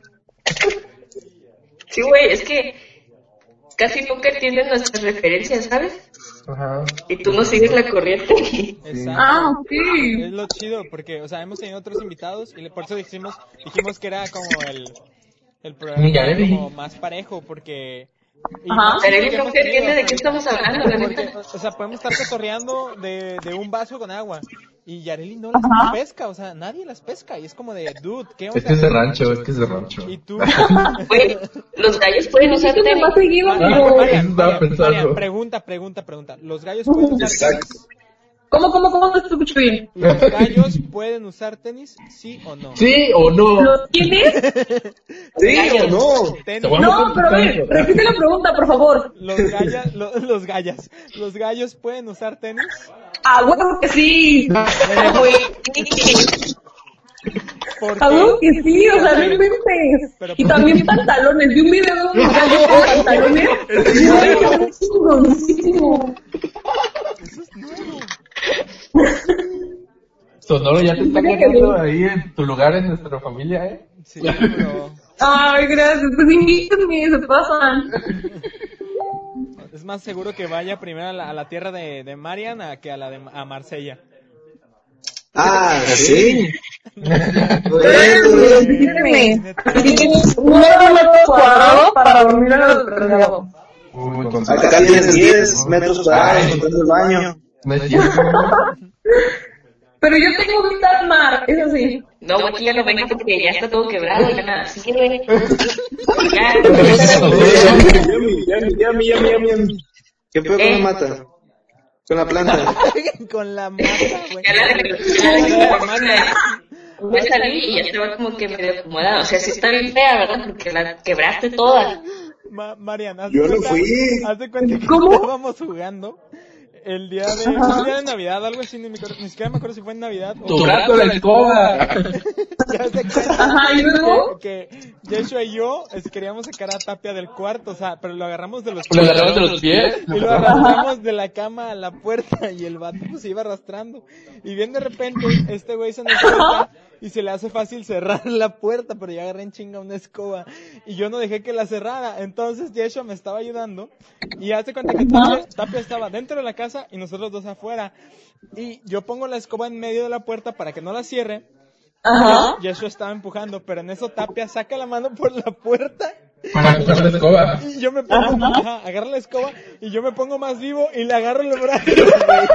Sí, güey, es que casi nunca entienden nuestras referencias, ¿sabes? Ajá. Y tú no sigues la corriente. Exacto. Ah, ok. Es lo chido, porque, o sea, hemos tenido otros invitados y le- por eso dijimos, dijimos que era como el, el programa Yareli. como más parejo, porque... y Ajá. no, Yareli sí, nunca hemos tenido, entiende de o qué sea, estamos hablando, la porque, neta. o sea, podemos estar cotorreando de, de un vaso con agua y Yareli no las pesca, o sea, nadie las pesca y es como de, dude, ¿qué onda? Es que es de rancho, es que es de rancho. Y tú... Güey, los gallos pueden usar ¿Qué te tenis. más seguido, Ah, amigo? Marian, Eso estaba Marian, pensando. Marian, pregunta, pregunta, pregunta. ¿Los gallos pueden usar Exacto. tenis? ¿Cómo, cómo, cómo te escucho bien? ¿Los gallos pueden usar tenis? ¿Sí o no? ¿Sí o no? ¿Los tienes? ¿Sí o no? Tenis. Te voy a No, pero a ver, repite la pregunta, por favor. Los gallas, lo- los gallas, los gallos pueden usar tenis. Ah, bueno que sí. Güey, ¿Por Ah, bueno qué? que sí, o sea, no inventes. Pero Y ¿por también pantalones. Vi un video de unos gallos con pantalones. Güey, es chingoncísimo. Eso es nuevo. Sonoro ya te está quedando ahí en tu lugar en nuestra familia, ¿eh? Sí, pero... Ay, gracias. Pues invítenme, se pasan. Es más seguro que vaya primero a la, a la tierra de, de Marian a que a la de a Marsella. Ah, sí. Invítenme. Invítenme. nueve metros cuadrados para dormir en el prediado. Muy con Acá tienes diez metros cuadrados con el baño. No es cierto. Pero yo tengo vista al mar, eso sí. No, aquí ya no venga porque ya está todo quebrado, ya nada sirve. Ya, Yami, yami, yami, yami, yami. ¿Qué pedo con la mata? Con la planta. Con la mata, güey. ya la voy a salir y ya estaba como que medio acomodada. O sea, sí está bien fea, ¿verdad? Porque la quebraste toda. Ma Marian, haz Yo de no cuenta, fui. haz de cuenta que ¿Cómo? estábamos jugando el día de, el día de Navidad, algo así, ni, me acuerdo- ni siquiera me acuerdo si fue en Navidad o... Tu gato de la escoba. Ya se cuenta Ajá, y luego. que, que Yeshua y yo es, queríamos sacar a Tapia del cuarto, o sea, pero lo agarramos de los Lo agarraron de los pies. y lo arrastramos de la cama a la puerta y el vato pues se iba arrastrando. Y bien de repente este güey se nos suelta y se le hace fácil cerrar la puerta, pero yo agarré en chinga una escoba y yo no dejé que la cerrara. Entonces Yeshua me estaba ayudando y hace cuenta que Tapia, Tapia estaba dentro de la casa y nosotros dos afuera. Y yo pongo la escoba en medio de la puerta para que no la cierre. Ajá. Yeshua estaba empujando, pero en eso Tapia saca la mano por la puerta Para agarrar la escoba. y yo me pongo, ajá, agarra la escoba y yo me pongo más vivo y le agarro el brazo, güey.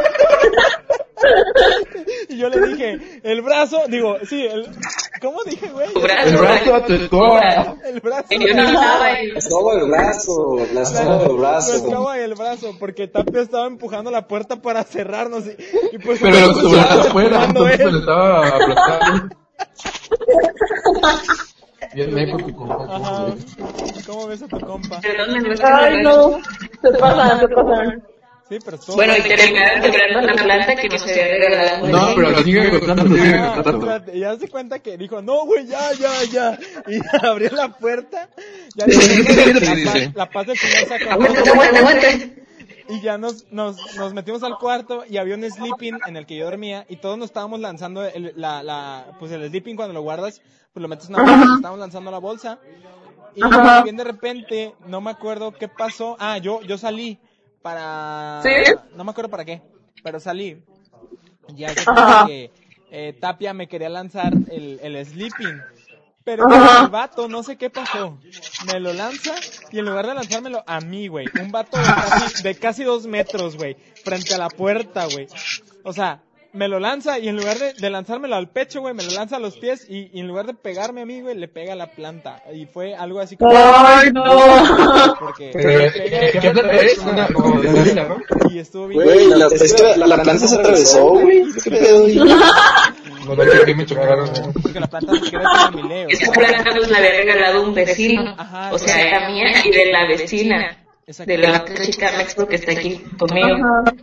Y yo le dije, el brazo, digo, sí, el, ¿cómo dije, güey? Tu brazo. El brazo a tu escoba. El brazo. Y yo no estaba ahí. La escoba del brazo, la escoba del La brazo. escoba y el brazo, porque Tapia estaba empujando la puerta para cerrarnos y, y pues... Pero con tu brazo afuera, empujando entonces se él. le estaba aplastando. Bien meco tu compa. Ajá. ¿Cómo ves a tu compa? Perdón, me Ay, no. Se pasan, se pasan. Sí, pero estuvo... Bueno, y terminaron quebrando la planta que nos había regalado. No, pero sigue contando, sigue Ah, contando. espérate, y ya se cuenta que dijo, no, güey, ya, ya, ya. Y abrió la puerta. Ya la, paz, la paz del Señor sacó. Aguanta, aguanta, aguanta. Y ya nos, nos, nos metimos al cuarto y había un sleeping en el que yo dormía y todos nos estábamos lanzando el, la, la, pues el sleeping cuando lo guardas, pues lo metes en una bolsa, nos estábamos lanzando la bolsa. Y Ajá. bien de repente, no me acuerdo qué pasó. Ah, yo, yo salí para... ¿Sí? No me acuerdo para qué, pero salí. Ya sé Ajá. que eh, Tapia me quería lanzar el, el sleeping. Pero Ajá. el vato, no sé qué pasó, me lo lanza y en lugar de lanzármelo a mí, güey, un vato de casi, de casi dos metros, güey, frente a la puerta, güey. O sea, me lo lanza y en lugar de, de lanzármelo al pecho, güey, me lo lanza a los pies y, y en lugar de pegarme a mí, güey, le pega a la planta. Y fue algo así como... Ay, no. Porque Pero, le ¿qué pega- qué planta es? Una como de cocina, ¿no? y estuvo bien... Güey, la, es que la, la planta se atravesó, güey. ¿Qué pedo? No sé qué me chocaron. Porque la planta se quedó con la mileo. Esa planta nos la había regalado un vecino. Ajá, O sea, era mía y de la vecina. De la otra chica Mex porque está aquí conmigo. Ajá.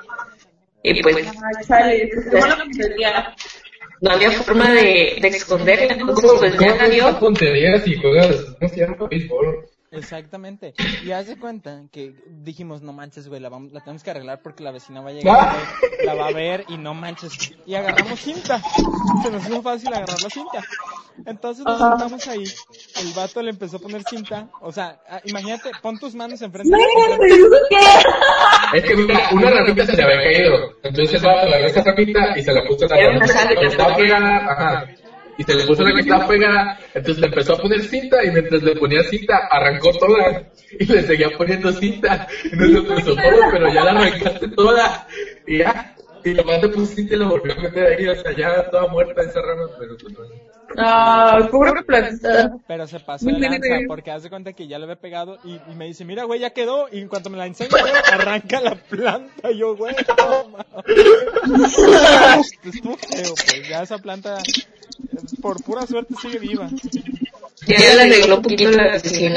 Y pues Ay, chale. Qué buena puntería. no había forma de, de esconderla. Entonces pues ya la vio. tonterías y juegas, ¿cómo se llama? Béisbol. Exactamente. Y haz de cuenta que dijimos, no manches, güey, la, vamos, la tenemos que arreglar porque la vecina va a llegar, Ah. güey, la va a ver y no manches. Y agarramos cinta. Se nos hizo fácil agarrar la cinta. Entonces nos sentamos ahí. El vato le empezó a poner cinta. O sea, ah, imagínate, pon tus manos enfrente de Imagínate, ¿eso qué? Es que mira, una ramita se le había caído. Entonces el vato agarró esa ramita y se la puso en la Era una ramita sal- que estaba pegada. Ajá. Y se le puso la que estaba pegada. Entonces le empezó a poner cinta y mientras le ponía cinta arrancó toda. Y le seguía poniendo cinta. Y nosotros socorro, pero ya la arrancaste toda. Y ya. Y nomás le puso cinta y lo volvió a meter ahí. O sea, ya toda muerta esa rama. Pero pues no. Ah, pobre planta. Pero se pasó de lanza porque haz de cuenta que ya le había pegado y, y me dice, mira, güey, ya quedó. Y en cuanto me la enseña, güey, arranca la planta. Y yo, güey, no, mames. Pues estuvo feo, pues. Ya esa planta, eh, por pura suerte, sigue viva. Ya le arregló un poquito la vecina.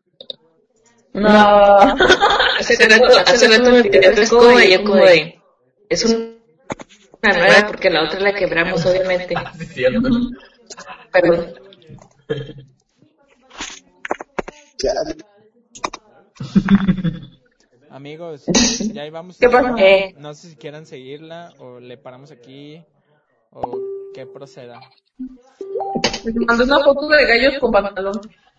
No. Hace rato, hace rato me pidió otra escoba y yo como de... Es un- una nueva porque la otra la quebramos, obviamente. Sí, cierto. Perdón. Amigos, ya íbamos. ¿Qué pasa? Eh, No sé si quieran seguirla o le paramos aquí ¿O qué proceda? Me mandó una foto de gallos con pantalón.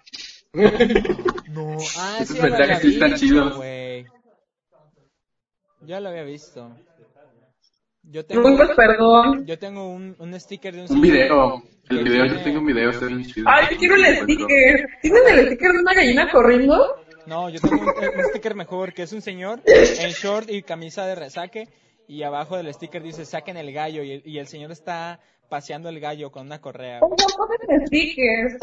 No, ah, Esos sí, ya lo había mensajes sí están visto, chidos. güey. Ya lo había visto. Yo tengo, Nunca, perdón. yo tengo un, un sticker de un Un señor video. El que video, tiene- yo tengo un video, está bien chido. Ay, yo quiero el sticker. ¿Tienes el sticker de una gallina corriendo? No, yo tengo un, un sticker mejor, que es un señor en short y camisa de resaque, y abajo del sticker dice, saquen el gallo, y el, y el señor está paseando el gallo con una correa. ¿Cómo pones stickers?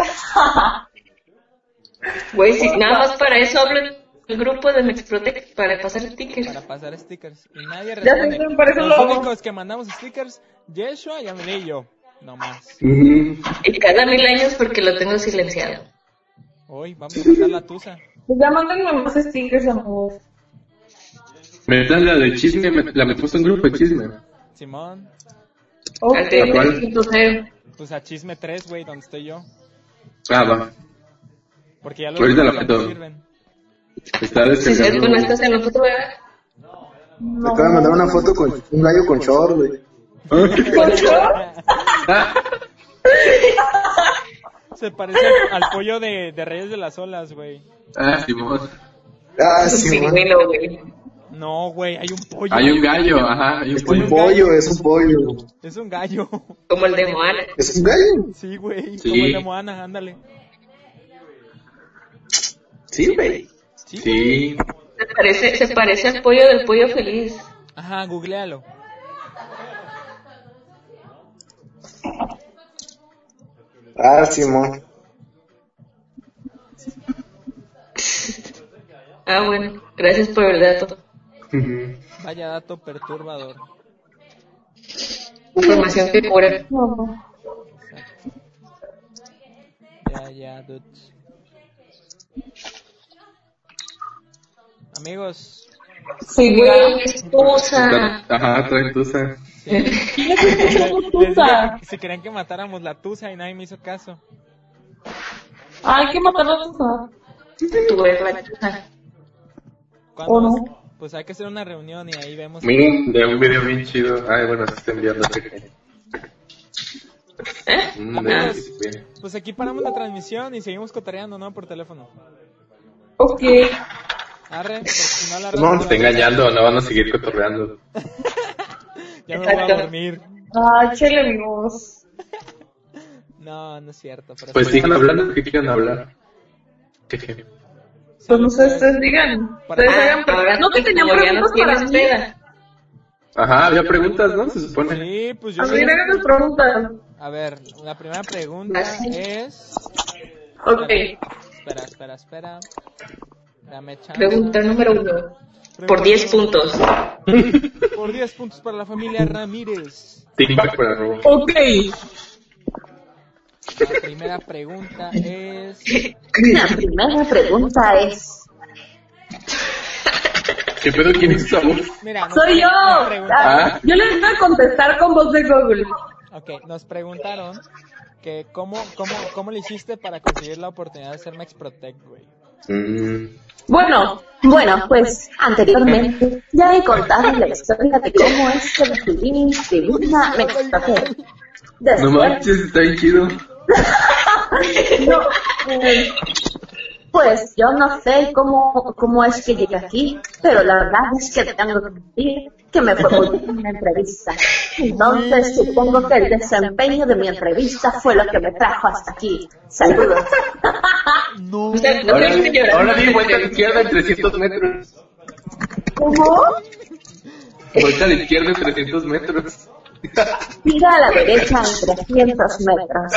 Güey, si nada más para eso hablo el grupo de Mexprotec, para pasar stickers. Para pasar stickers. Y nadie Ya responde. sé, me parece Los lobo. únicos que mandamos stickers, Yeshua, Yamile y yo. No más. Ujú. Y cada mil años porque lo tengo silenciado. Hoy vamos a matar la tusa. Pues ya mándenme más stickers, amor. Me dan la de chisme, me- la me puso en grupo de chisme. Simón, Ok. Al de ¿Cuál? tres punto cero. pues a Chisme tres, güey, donde estoy yo. Ah, va. Porque ya los Ahorita demás la ya no meto. sirven. Está Si es descargando. no estás en la foto, ¿verdad? Me acaba de mandar una foto con un gallo con short, güey. Ah, Se parece al, al pollo de, de Reyes de las Olas, güey. ah, Simón. Ah, Es un sí, man. pingüino, güey. No, güey, hay un pollo. Hay un gallo, ajá, hay un Es un pollo. pollo, es un pollo. Es un gallo. Como el de Moana. Es un gallo. Sí, güey, Sí. como el de Moana, ándale. Sí, güey. Sí. Sí. Se parece, se parece al pollo del pollo feliz. Ajá, googlealo. Ah, Simón. Ah, bueno. Gracias por el dato. Ujú. Vaya dato perturbador. Información que cura. Ya, ya, dudes. Amigos, Sí, Güey, güey. esposa. Ajá, trae tusa. ¿Quién es les, esa les tusa? dije que si querían que matáramos la tusa y nadie me hizo caso. Ay, hay que matar a la tusa. Tú eres la tusa. ¿Cuándo ¿O no? vas- Pues hay que hacer una reunión y ahí vemos. Miren, de un video bien chido. Ay, bueno, se está enviando. Mm, Amigos. sí, bien. Pues aquí paramos la transmisión y seguimos cotareando, ¿no? Por teléfono. Ok. Arre, porque si no la No, Te está engañando, no van a seguir cotorreando. Ya me voy a Exacto. dormir. Ay, chele mi voz. No, no es cierto. Pero Pues sí. sigan hablando, ¿qué quieran hablar? Jeje. Pues no sé, ustedes digan. Ustedes Ah, hagan ahora pre- ¿No te tenían como ya no preguntas para tienes mí? peda. Ajá, había preguntas, ¿no? Se supone. Sí, pues yo. A ver, hagan las preguntas. A ver, la primera pregunta es. Ok. Espera, espera, espera. Dame chance. Pregunta número uno. Pregunta Por diez número- puntos. Por diez puntos para la familia Ramírez. Team back para robo. Ok. La primera pregunta es. La primera pregunta es... ¿Qué pedo? ¿Quién es esa voz? Mira, nos Soy yo. nos preguntaron- Ah, yo les voy a contestar con voz de Google. Ok, nos preguntaron que cómo, cómo, cómo le hiciste para conseguir la oportunidad de ser Mexprotec, güey. Mm, Bueno, Bueno, pues anteriormente ya he contado la historia de cómo es que decidí inscribirme a Mexprotec. no Después, manches, está bien chido. no, eh, pues yo no sé cómo, cómo es que llegué aquí, pero la verdad es que tengo que decir que me fue muy bien en una entrevista. Entonces supongo que el desempeño de mi entrevista fue lo que me trajo hasta aquí. Saludos. No. O sea, no Ahora, te estoy llorando. ahora di vuelta a la izquierda en trescientos metros. ¿Cómo? Vuelta a la izquierda en trescientos metros. Tira a la derecha en trescientos metros.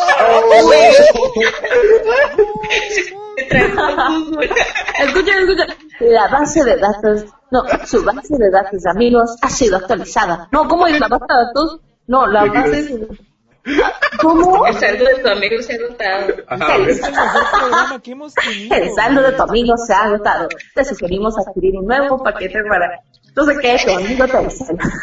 escuchen, escuchen. La base de datos, no, su base de datos de amigos ha sido actualizada. No, ¿cómo es la base de datos? No, la base es... ¿Cómo? El saldo de tu amigo se ha agotado. Ajá, El, Es el mejor programa que hemos tenido. el saldo de tu amigo se ha agotado. Te sugerimos adquirir un nuevo paquete para... Entonces, ¿qué? Tu amigo te dice.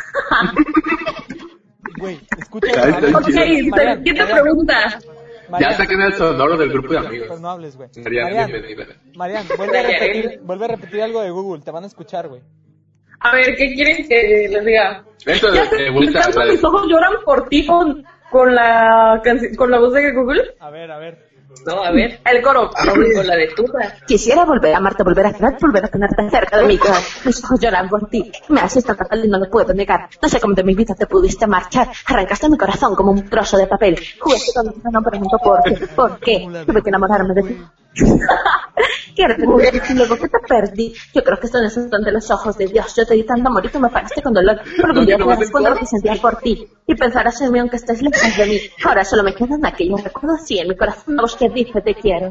Güey, escucha. Ahí está Marian, Ok, chido. Marian, siguiente Marian, pregunta. Ya Marian, saquen el sonoro del grupo de Pues amigos. no hables, güey. Marian, Marian, bienvenida. Marian, vuelve a repetir, vuelve a repetir algo de Google, te van a escuchar, güey. A ver, ¿qué quieren que les diga? Esto Ya de sé, que gusta tanto la de- mis ojos lloran por ti con, con la canci- con la voz de Google. A ver, a ver. No, a ver, El coro. con la de tuba. Quisiera volver a amarte, volver a querer, volver a tenerte cerca de mí. Pero mis ojos lloran por ti. Me haces tan fatal y no lo puedo negar. No sé cómo de mi vida te pudiste marchar. Arrancaste mi corazón como un trozo de papel. Jugué con mi no pregunto por qué. ¿Por qué? Tuve que enamorarme de ti. Quiero tener y luego que te perdí. Yo creo que esto no es ante los ojos de Dios. Yo te di tanto amor y tú me paraste con dolor. Pero algún día No, que no podrás me responder lo importa. que sentía por ti. Y pensarás en mí aunque estés lejos de mí. Ahora solo me quedan aquellos recuerdos. Sí, en mi corazón una voz que dice te quiero.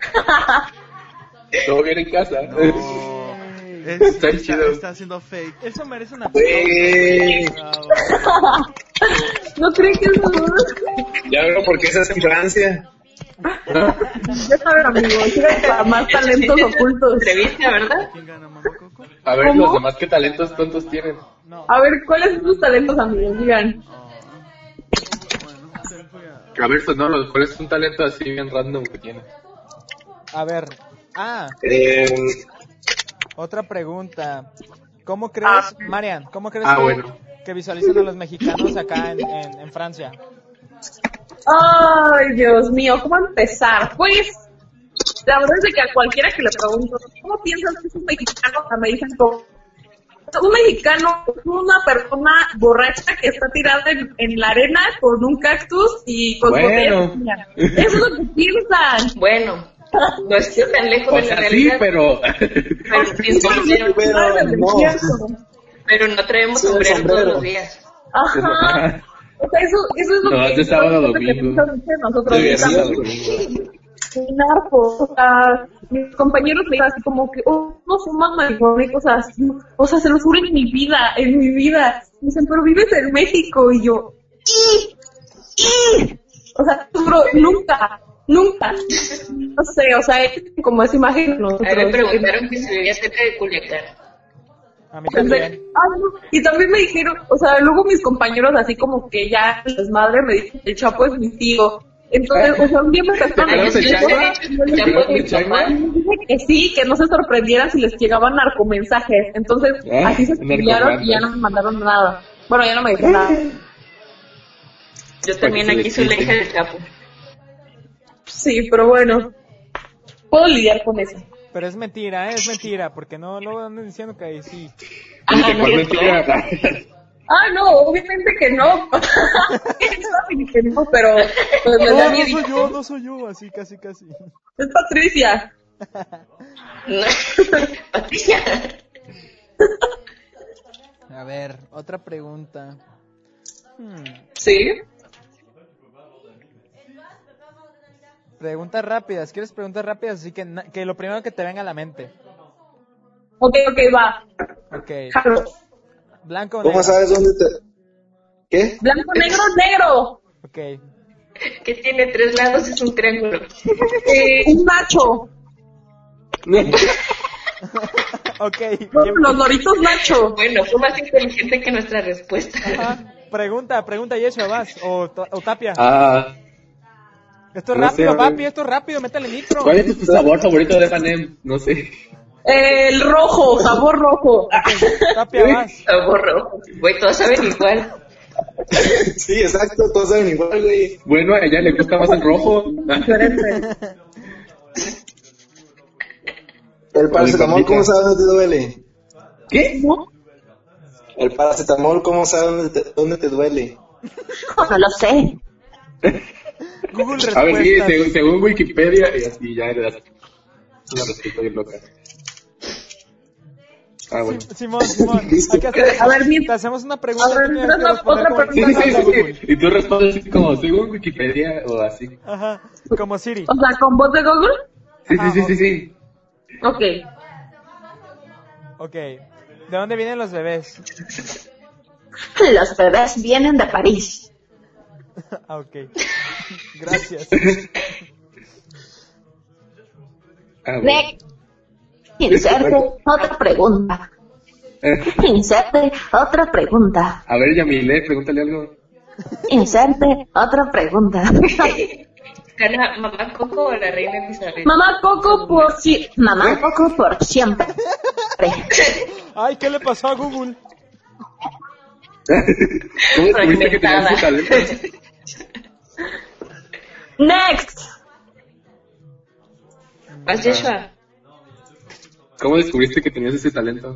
Todo bien en casa. Es- Está está, chido. está haciendo fake. Eso merece una Güey. Bravo. ¿No creen que eso? Ya veo por qué se hace en Francia. Ya saben, amigos, sigan para más talentos ocultos. Entrevista, ¿verdad? ¿Quién gana, mamá Coco? A ver, ¿Cómo? los demás, ¿qué talentos tontos tienen? No. A ver, ¿cuáles son sus talentos, amigos? Digan. Bueno, se fue a... A ver, pues no, los, ¿cuál es un talento así bien random que tienen? A ver. Ah, Eh, otra pregunta. ¿Cómo crees, Marian, cómo crees Ah, que, bueno. que visualizan a los mexicanos acá en, en, en Francia? Ay, Dios mío, ¿cómo empezar? Pues, la verdad es de que a cualquiera que le pregunto, ¿cómo piensas que es un mexicano? O sea, me dicen como, un mexicano es una persona borracha que está tirada en, en la arena con un cactus y con Bueno. botellas de piña. Eso es lo que piensan. Bueno, no estoy tan lejos O de la sea, sí, realidad, pero... pero, pienso Sí, que no- pero Ay, del no. desierto. pero no traemos Sí, el sombrero todos sombrero. los días. Ajá. O sea, eso, eso es lo No, que... es de sábado a lo que domingo. piensan ustedes, nosotros Sí, estamos- sábado a domingo. un narco, o sea, mis compañeros me dicen así como que, oh, no fuman marihuana y cosas así, o sea, se los juro en mi vida, en mi vida, me dicen, pero vives en México, y yo, ¡y! ¡y! O sea, te juro, nunca, nunca, no sé, o sea, es como esa imagen de nosotros. A mí me preguntaron que si vivía cerca de Culiacán. A mí Entonces, también. ay, no. Y también me dijeron, o sea, luego mis compañeros así como que ya les madre me dicen, el Chapo es mi tío. Entonces, o sea, un día me empezaron a ¿Pero se decir, llama? yo les ¿Chapo dije es mi papá? que sí, que no se sorprendieran si les llegaban narcomensajes. Entonces, Ah, así se estudiaron y ya no me mandaron nada. Bueno, ya no me dijeron nada. Yo también Para que aquí se soy la despisten. hija del Chapo. Sí, pero bueno, puedo lidiar con eso. Pero es mentira, ¿eh? Es mentira, porque no luego andan diciendo que ahí sí. Ajá, ¿Cuál no, mentira? Ah, no, obviamente que no. Dije que no, pero pues me No, da no miedo. soy yo, no soy yo, así casi casi. Es Patricia. no. Patricia. A ver, otra pregunta. Hmm, Sí. Preguntas rápidas, ¿quieres preguntas rápidas? Así que, na- que lo primero que te venga a la mente. Ok, ok, va. Ok. Jalo. Blanco o ¿Cómo negro. sabes dónde te...? ¿Qué? Blanco, negro, negro. Ok. Que tiene tres lados, es un triángulo. Eh, un Nacho. Ok. Bueno, los Doritos Nacho. Bueno, fue más inteligente que nuestra respuesta. Ajá. Pregunta, pregunta, Yeshua, vas. O, o Tapia. Ah, Esto es no sé, rápido, a ver. papi, esto es rápido, métale nitro. ¿cuál es tu sabor favorito de Panem? No sé. El rojo, sabor rojo. Tapia, vas. Sabor rojo. Güey, todos saben igual. Sí, exacto, todos saben igual, güey. Bueno, a ella le gusta más el rojo. Diferente. El paracetamol, ¿cómo sabes dónde te duele? ¿Qué? El paracetamol, ¿cómo sabes dónde te, dónde te duele? No lo sé. Google A ver, sí, respuestas. según, según Wikipedia, y así ya le das una respuesta bien loca. Ah, bueno. Sim- Simón, Simón, hay que hacer eso. A ver, mi- Te hacemos una pregunta a ver, y tú tienes que otra- responder otra como Sí, sí, pregunta. sí, Google. sí, sí. Y tú respondes así como según Wikipedia o así. Ajá, como Siri. O sea, con voz de Google. Sí, sí, sí, sí, sí. Ok. Ok. ¿De dónde vienen los bebés? Los bebés vienen de París. Ah, ok. Gracias. Ah, bueno. Next. Inserte otra pregunta. Eh, Inserte otra pregunta. A ver, Yamile, pregúntale algo. Inserte otra pregunta. ¿Gana mamá Coco o la reina Elizabeth? Mamá Coco por si... Mamá Coco por siempre. Ay, ¿qué le pasó a Google? ¿Cómo descubriste que tenías ese talento? Next. Vas, Yeshua. ¿Cómo descubriste que tenías ese talento?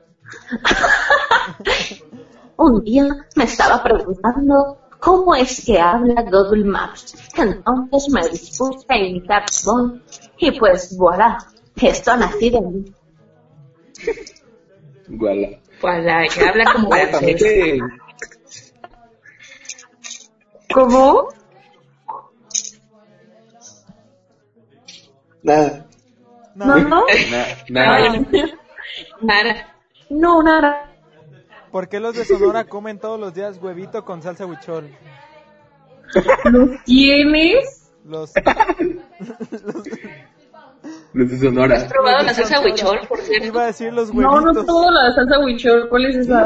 Un día me estaba preguntando cómo es que habla Google Maps. Entonces me dispuse a imitar su voz y pues voilà, esto ha nacido en mí. Guala. Voilà, que habla como Ay, también francés. que... ¿Cómo? Nada. No, no. Na- nada. Ay, Nada. No, nada. ¿Por qué los de Sonora comen todos los días huevito con salsa huichol? ¿Los quiénes? Los... Los de Sonora. ¿Has probado la salsa huichol, por cierto? Iba a decir los No, huevitos. no todo la salsa huichol. ¿Cuál es esa?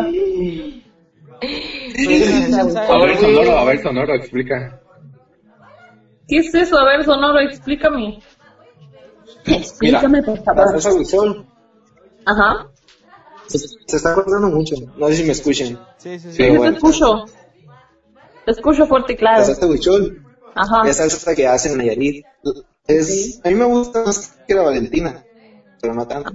Pues, la salsa- A ver, Sonoro, a ver, Sonoro, explica. ¿Qué es eso? A ver, Sonoro, explícame. Explícame, por La favor. salsa huichol Ajá. se, se está cortando mucho. No sé si me escuchen. Sí, sí, sí. Sí. Pero Yo te bueno, escucho. Te escucho fuerte y la claro. salsa huichol Ajá. es salsa que hacen en Nayarit. Es, a mí me gusta más que la Valentina, pero no tanto.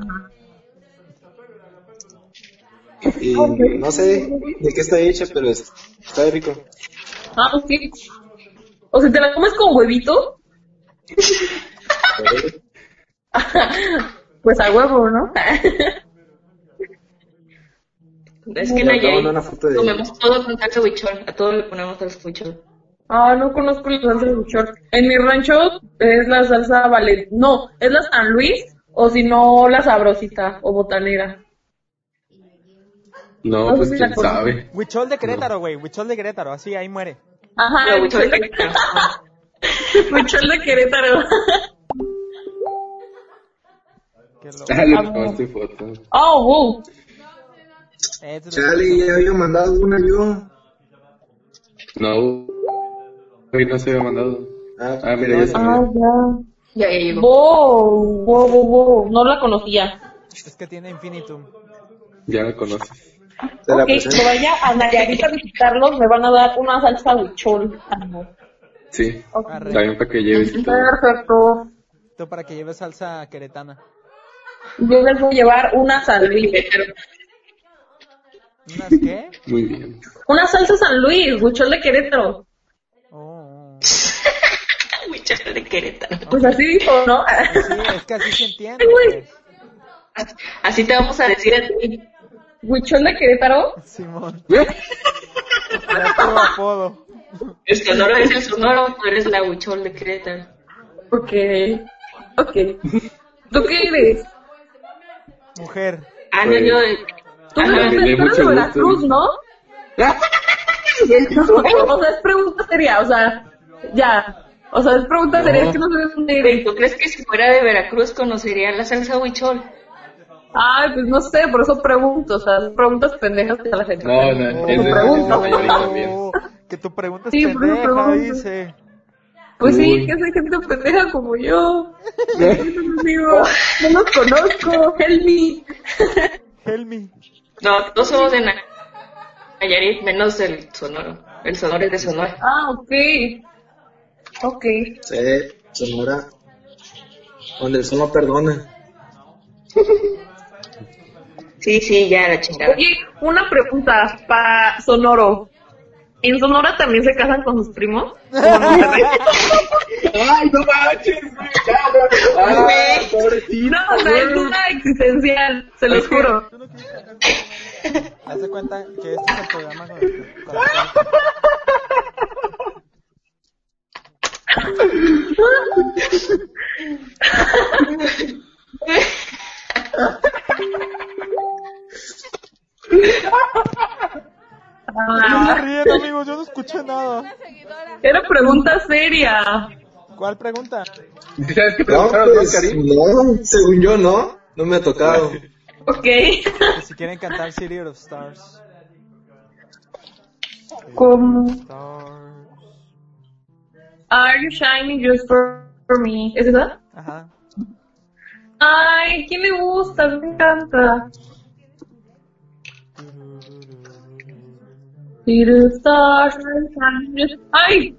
Y no sé de qué está hecha, pero es- está rico. Ah, ok. O sea, ¿te la comes con huevito? Pues a huevo, ¿no? Es que en Le acabo de Nayarit mandar una foto de- comemos todo con salsa huichol. A todo le ponemos salsa huichol. Ah, no conozco la salsa huichol. En mi rancho es la salsa Valet. No, es la San Luis o si no la Sabrosita o Botanera. No, No pues sé si quién la conozco. sabe. Huichol de Querétaro, güey. Huichol de Querétaro. Así, ahí muere. Ajá, No, el huichol huichol de de, Querétaro. huichol de Querétaro. Qué loco. Ah, le tomaste foto. Oh, wow. Eso es- Charlie, ya había mandado una yo. No. Hoy no se había mandado. Ah, Ah, mira, ya se Ah, me. ya. Ya, ya llegó. Wow, wow, wow, wow. No la conocía. Es que tiene infinitum. Ya la conoces. te la Ok, presento. que vaya a Nayarit a visitarlos, me van a dar una salsa huichol. Sí. Ok. Arre. También para que lleves y todo. Perfecto. Tú para que lleves salsa queretana. Yo les voy a llevar una San Luis. ¿Unas qué? Muy bien. Una salsa San Luis, huichol de Querétaro. Oh, oh. Huichol de Querétaro. Pues así dijo, ¿no? Pues sí, es que así se entiende. Ay, güey. Pues. Así te vamos a decir a ti. Huichol de Querétaro. Simón. Ya tu apodo. El sonoro es el sonoro, tú eres la huichol de Querétaro. Ok. Ok. ¿Tú qué eres? Mujer. Ah, no, Pues- yo. Tú Ajá. eres me de da mucho Veracruz, gusto. ¿no? O sea, es pregunta seria, o sea, ya. O sea, es pregunta No. seria, es que no sé de dónde Güey, eres. ¿tú crees que si fuera de Veracruz conocería la salsa huichol? Ay, pues no sé, por eso pregunto, o sea, preguntas pendejas que a la gente. No, no, es de pregunta. Nayarit también. Oh, que tu pregunta es Sí, por eso pendeja, pregunto. dice. Pues sí, Uy. que soy gente pendeja como yo. Digo, no los conozco, help me. Help me. No, todos somos de Na- Nayarit, menos el sonoro. El sonoro es de Sonora. Ah, ok. Ok. Sí, Sonora. Donde el sol no perdona. Sí, sí, ya la chingada. Oye, una pregunta para Sonoro. ¿En Sonora también se casan con sus primos? ¡Ay, no manches! ¡Ay, pobrecito! No, o sea, es duda existencial, se los juro. Haz de cuenta que este es el programa con el que... con el que- No se ríen, amigos, yo no escuché nada. Era pregunta seria. ¿Cuál pregunta? ¿Sí ¿Sabes qué No, preguntaron, no, pues, Karim? no, según yo no. No me ha tocado. Ok. Que si quieren cantar City of Stars. ¿Cómo? Stars. Are you shining just for, for me? ¿Es esa? Ajá. Ay, ¿quién le gusta? Me encanta. ¡Ay!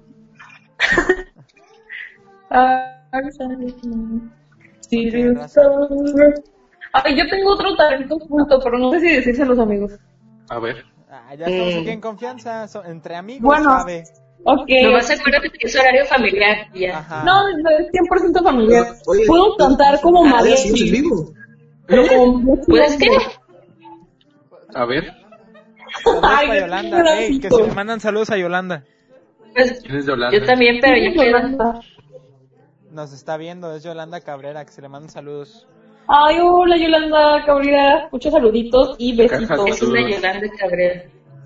Ay, yo tengo otro talento oculto, pero no sé si decirse a los amigos. A ver. Ah, ya estamos aquí en confianza, so- entre amigos, Bueno. ¿sabe? Ok. Nomás acuérdate que es horario familiar. y Ya. Ajá. No, no, es cien por ciento familiar. Oye, Puedo cantar como Ah, María. sí, en vivo. Pero como ¿Puedes qué? A ver. Saludos Ay, para qué Yolanda. pedacito. Ey, que se le mandan saludos a Yolanda. Pues, ¿Quién es de Holanda? yo también, pero yo quiero. Nos está viendo, es Yolanda Cabrera, que se le mandan saludos. Ay, hola Yolanda Cabrera. Muchos saluditos y besitos. Cajas. Es una Yolanda Cabrera.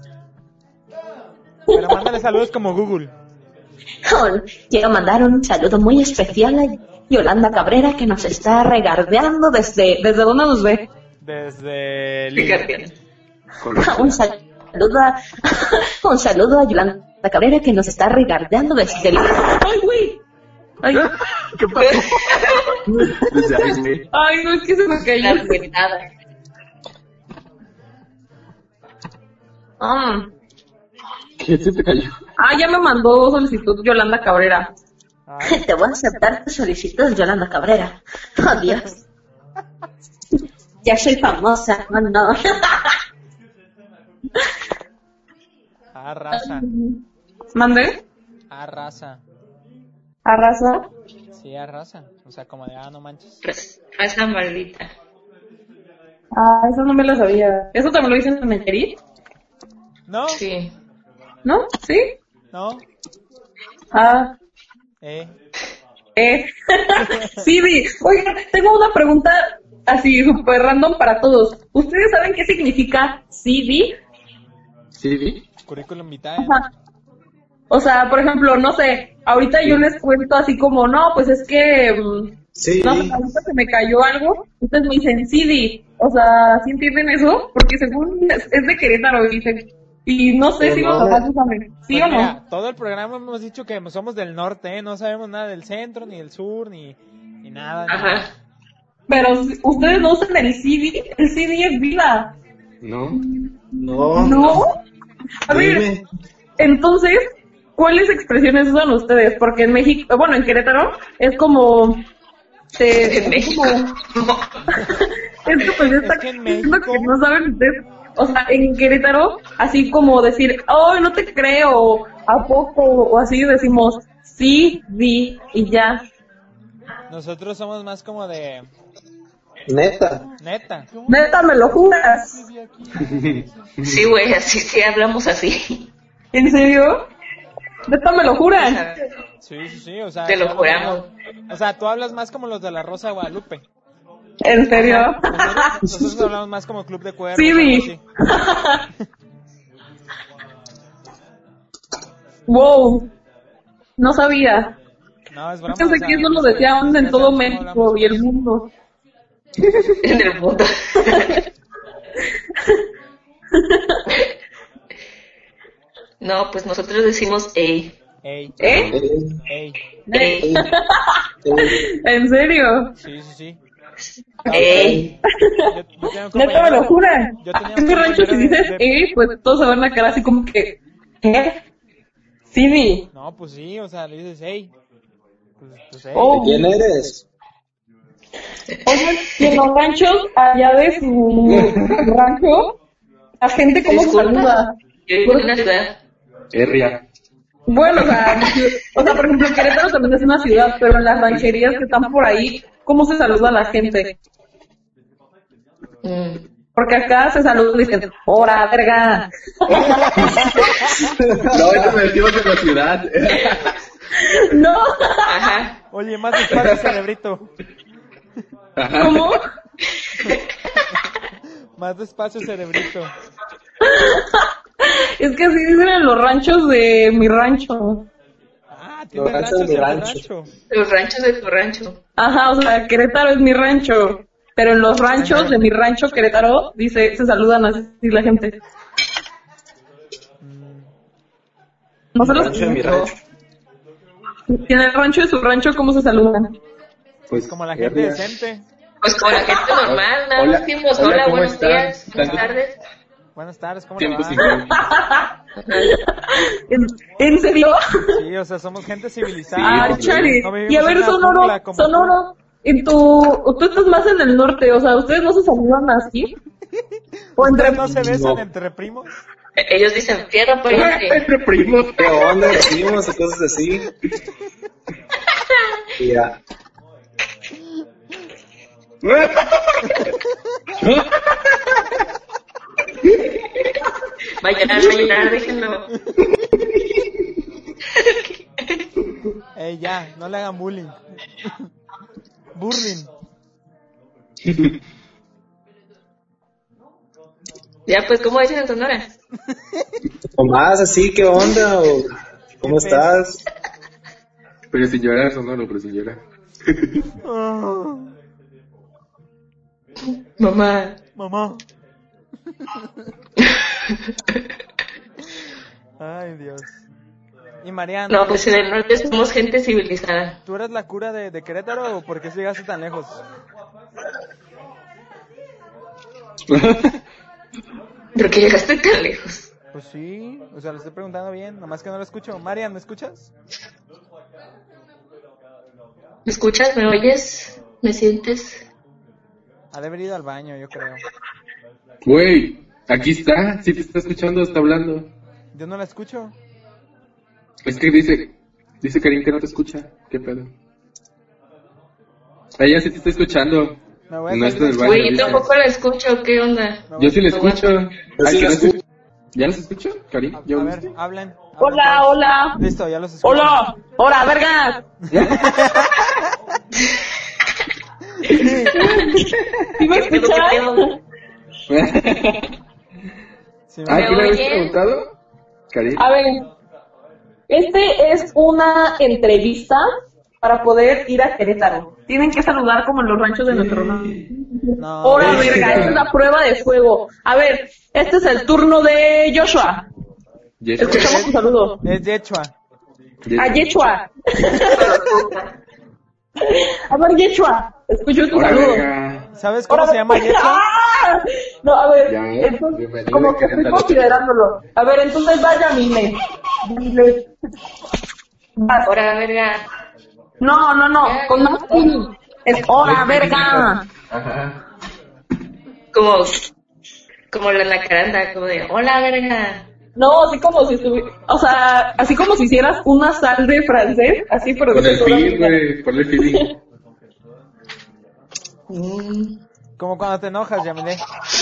Pero mándale saludos como Google. Hola, quiero mandar un saludo muy especial a Yolanda Cabrera que nos está regardeando desde... ¿Desde dónde nos ve? Desde Qué Lima. cargada. Un saludo a, un saludo a Yolanda Cabrera que nos está regardeando desde el... Ay, güey. Ay, ¿Qué pasó? Desde ahí, güey. ay, no, es que se me cayó. La buenada. Ah, ¿Qué se te cayó? ah, ya me mandó solicitud Yolanda Cabrera. Ay, Te voy a aceptar tu solicitud, Yolanda Cabrera. Oh, Dios. Ya soy famosa, oh, no. arrasa, ¿Mandé? arrasa. ¿Arrasa? Sí, arrasa. O sea, como de, ah, no manches. Raza maldita. Ah, eso no me lo sabía. ¿Eso también lo dicen en Nayarit? ¿No? Sí. ¿No? ¿Sí? ¿No? Ah, Eh. eh. Sí, vi. Oigan, tengo una pregunta así súper random para todos. ¿Ustedes saben qué significa C D? ¿Sí, vi? Currículum vitae. Ajá. O sea, por ejemplo, no sé, ahorita yo les cuento así como, no, pues es que, mm, Sí. no sé, ahorita se me cayó algo, entonces me dicen C D. O sea, ¿sí entienden eso? Porque según es, es de Querétaro, dicen. Y no sé Pero si no. los papás lo saben. ¿Sí Pues o no? mira, todo el programa hemos dicho que somos del norte, ¿eh? No sabemos nada del centro, ni del sur, ni, ni nada. ni Ajá. nada. Pero si- ustedes no usan el C D, el C D es vida. No. No. ¿No? A ver, Dime. entonces, ¿cuáles expresiones usan ustedes? Porque en México, bueno, en Querétaro, es como... eh, En es México. como- es que pues está Es que en diciendo que México- no saben ustedes. O sea, en Querétaro, así como decir, oh, no te creo, ¿a poco? O así decimos, sí, di, y ya. Nosotros somos más como de, Neta. neta. Neta, me lo juras. Sí, güey, así sí hablamos así. ¿En serio? Neta, me lo juran. Sí, sí, sí, o sea. Te lo yo- juramos. O sea, tú hablas más como los de la Rosa de Guadalupe. ¿En serio? Nosotros, nosotros hablamos más como Club de Cuervos. Sí, algo vi. así. Wow. No sabía. No, es broma. Pensé o sea, que eso lo nosotros- decían en nosotros todo sabemos cómo México hablamos. y el mundo. En el mundo. No, pues nosotros decimos ey. Ey, ¿Eh? ey. Ey. ¿En serio? Sí, sí, sí. Ey. Yo, yo tenía un Neta, me compañero lo de- juran. Yo tenía En un mi rancho si compañero de- dices, de- eh, pues todos se van a quedar así como que, ¿qué? Sí, vi. No, pues sí, o sea, le dices, hey. Pues, pues, hey. Oh. ¿Quién eres? Oigan, y en los ranchos, allá de su rancho, la gente cómo se Disculpa. saluda. Yo vivo en una ciudad. Herria. Bueno, o sea, o sea, por ejemplo, Querétaro también es una ciudad, pero en las rancherías que están por ahí, ¿cómo se saluda a la gente? Mm. Porque acá se saluda y dicen, ¡hora, verga! No, eso me decimos en la ciudad. No, Ajá. Oye, más despacio, cerebrito. ¿cómo? Más despacio, cerebrito. Es que así dicen en los ranchos de mi rancho. Ah, tiene Los ranchos ranchos de en mi tu rancho. rancho. Los ranchos de tu rancho. Ajá, o sea, Querétaro es mi rancho. Pero en los ranchos de mi rancho Querétaro, dice, se saludan así la gente. No se los Rancho de mi rancho. Y en el rancho de su rancho, ¿cómo se saludan? Pues Como la gente herria. decente. Pues como la gente normal, nada Hola, más decimos hola, hola, ¿cómo buenos están? días, buenas Tanto- tardes. Buenas tardes, ¿cómo le Tiempo va? sin ver. ¿En, ¿En serio? Sí, o sea, somos gente civilizada. Ah, pues, chale. no vivimos Y a en ver, una Sonoro, jungla como Sonoro, en tu... Tú estás más en el norte, o sea, ¿ustedes no se saludan así? ¿O entre... ¿Ustedes no se besan No. entre primos? Ellos dicen, tierra pariente. Entre primos. ¿Qué onda? Primos o cosas así. Y ya. Va a llorar, va a llorar, déjenlo. Ey, ya, no le hagan bullying. Burling. Ya, pues, ¿cómo dicen en Sonora? Tomás, así, ¿qué onda? ¿O ¿Cómo estás? Pero sin llorar, Sonoro, pero sin llorar. Oh, Mamá. mamá. Ay, Dios. Y Mariana, No, pues en el norte somos gente civilizada. ¿tú eres la cura de, de Querétaro o por qué llegaste tan lejos? ¿Por qué llegaste tan lejos? Pues sí, o sea, le estoy preguntando bien, nomás que no lo escucho. Marian, ¿me escuchas? ¿Me escuchas? ¿Me oyes? ¿Me sientes? Ha de haber ido al baño, yo creo. Güey, aquí está. Sí te está escuchando, está hablando. Yo no la escucho. Es que dice, dice Karim que no te escucha. ¿Qué pedo? Ella sí te está escuchando. Me voy a No salir está en el del- baño. Güey, yo dice. tampoco la escucho, ¿qué onda? me voy Yo sí a- la escucho. Yo Ay, sí que la no escucho. escucho. ¿Ya los escucho, Karim? A, ¿Ya a oíste? ver, hablen. hablen Hola, todos. hola. Listo, ya los escucho. Hola, hola, verga. ¿Sí me ¿Qué pedo, escuchas? qué pedo? Sí, Ah, me- ¿tú le habías oye? preguntado? Karim. A ver, este es una entrevista para poder ir a Querétaro. Tienen que saludar como en los ranchos de nuestro nombre. No, Hola, sí, verga, sí. esta es la prueba de fuego. A ver, este es el turno de Joshua. Yes. Escuchamos tu saludo. es Yechua. Yes. A Yechua. A ver, Yechua, escucho tu Hola, saludo. verga. ¿Sabes cómo Ahora- se llama Yechua? ¡Ah! No, a ver, Ya, ¿eh? entonces, Bienvenido como a que estoy Querétaro. considerándolo. A ver, entonces vaya, Mile. Dile. Vas. Ahora, verga. No, no, no, con más feeling. Es hora, verga. Ajá. Como, como la nacaranda, como de, hola, verga. No, así como si estuvi- o sea, así como si hicieras una sal de francés, así, pero Con el dices hola, feeling, verga. güey. Ponle feeling. Mm. Como cuando te enojas, Yamile.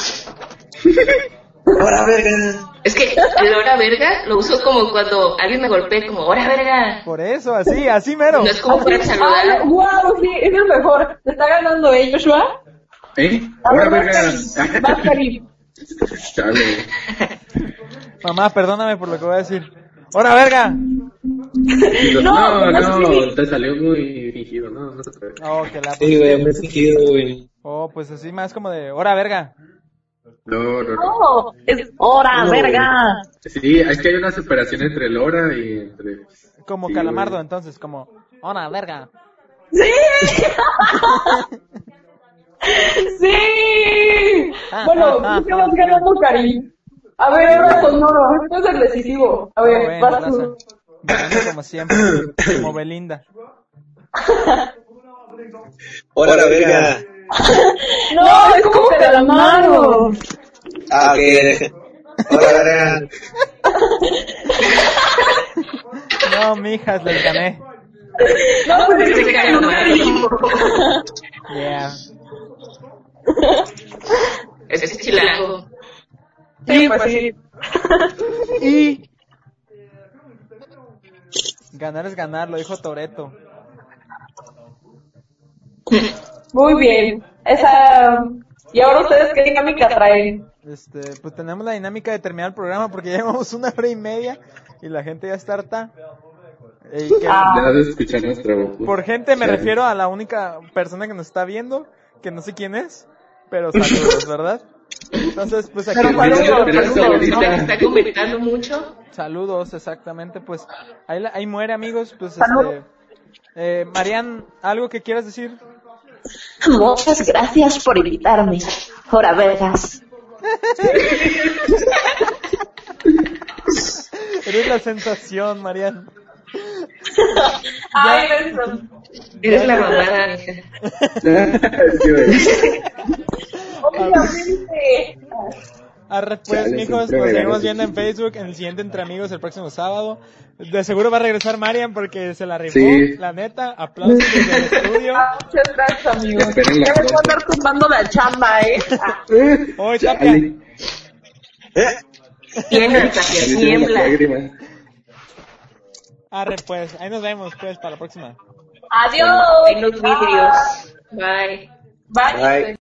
Ahora, verga. Es que el hora verga lo uso como cuando alguien me golpea, como, hora verga. Por eso, así, así mero. No es como para Ah, saludar. wow, sí, es el mejor. Te está ganando, ¿eh, Joshua? ¿Eh? A Ahora, ver, verga. vas, Karim. Vas, Karim. Chale. Mamá, perdóname por lo que voy a decir. ¡Hora, verga! No, No, no, no, te salió muy fingido, no, no se puede. Oh, que la Sí, güey, me he sentido, güey. Oh, pues así más como de, ¡hora, verga! No, no, no. No, es hora, No. verga. Sí, es que hay una separación entre el hora y entre... Como Sí, calamardo, güey. entonces, como, ¡hora, verga! ¡Sí! ¡Sí! Bueno, tú te vas ganando, Karim. A ver, ahora Sonoro, esto es el decisivo. A ver, Bueno, vas tú. raza. Ganando como siempre, como Belinda. Ahora, verga. No, es como calamaro. Ah, que. Ahora, verga. No, mijas, les gané. No, pues es que calamaro. Yeah. Ese es chilango. Sí, pues sí. Y... ganar es ganar, lo dijo Toretto. Muy bien. Esa. ¿Y ahora ustedes qué dinámica traen? Este, pues tenemos la dinámica de terminar el programa porque ya llevamos una hora y media y la gente ya está harta. Y que- Ah. Ya de escuchar nuestra voz. por gente me Chale. refiero a la única persona que nos está viendo, que no sé quién es, pero saludos, ¿verdad? Entonces, pues aquí Pero saludos, Pero es saludos. abuelita. ¿No? Me está comentando mucho. saludos, exactamente, pues ahí, la- ahí muere, amigos, pues Salud. este eh, Marian, ¿algo que quieras decir? Muchas gracias por invitarme. Hora vergas. Eres la sensación, Marian. Ay, eso. Eres la mamada, mija. Obviamente. Arre pues, Chale, mijos, siempre nos me seguimos ganas. viendo en Facebook en el siguiente Entre Amigos el próximo sábado. De seguro va a regresar Marian porque se la rifó, Sí. la neta. Aplausos desde el estudio. Ah, muchas gracias, amigos. Espérenla Ya les voy a pronto. andar tumbando la chamba, ¿eh? Ah. Hoy, Chale. Tapia. Tiembla, Tapia, Salí de las tiembla. lágrimas. Arre pues, ahí nos vemos pues para la próxima. Adiós. En los vidrios. Bye. Bye. Bye.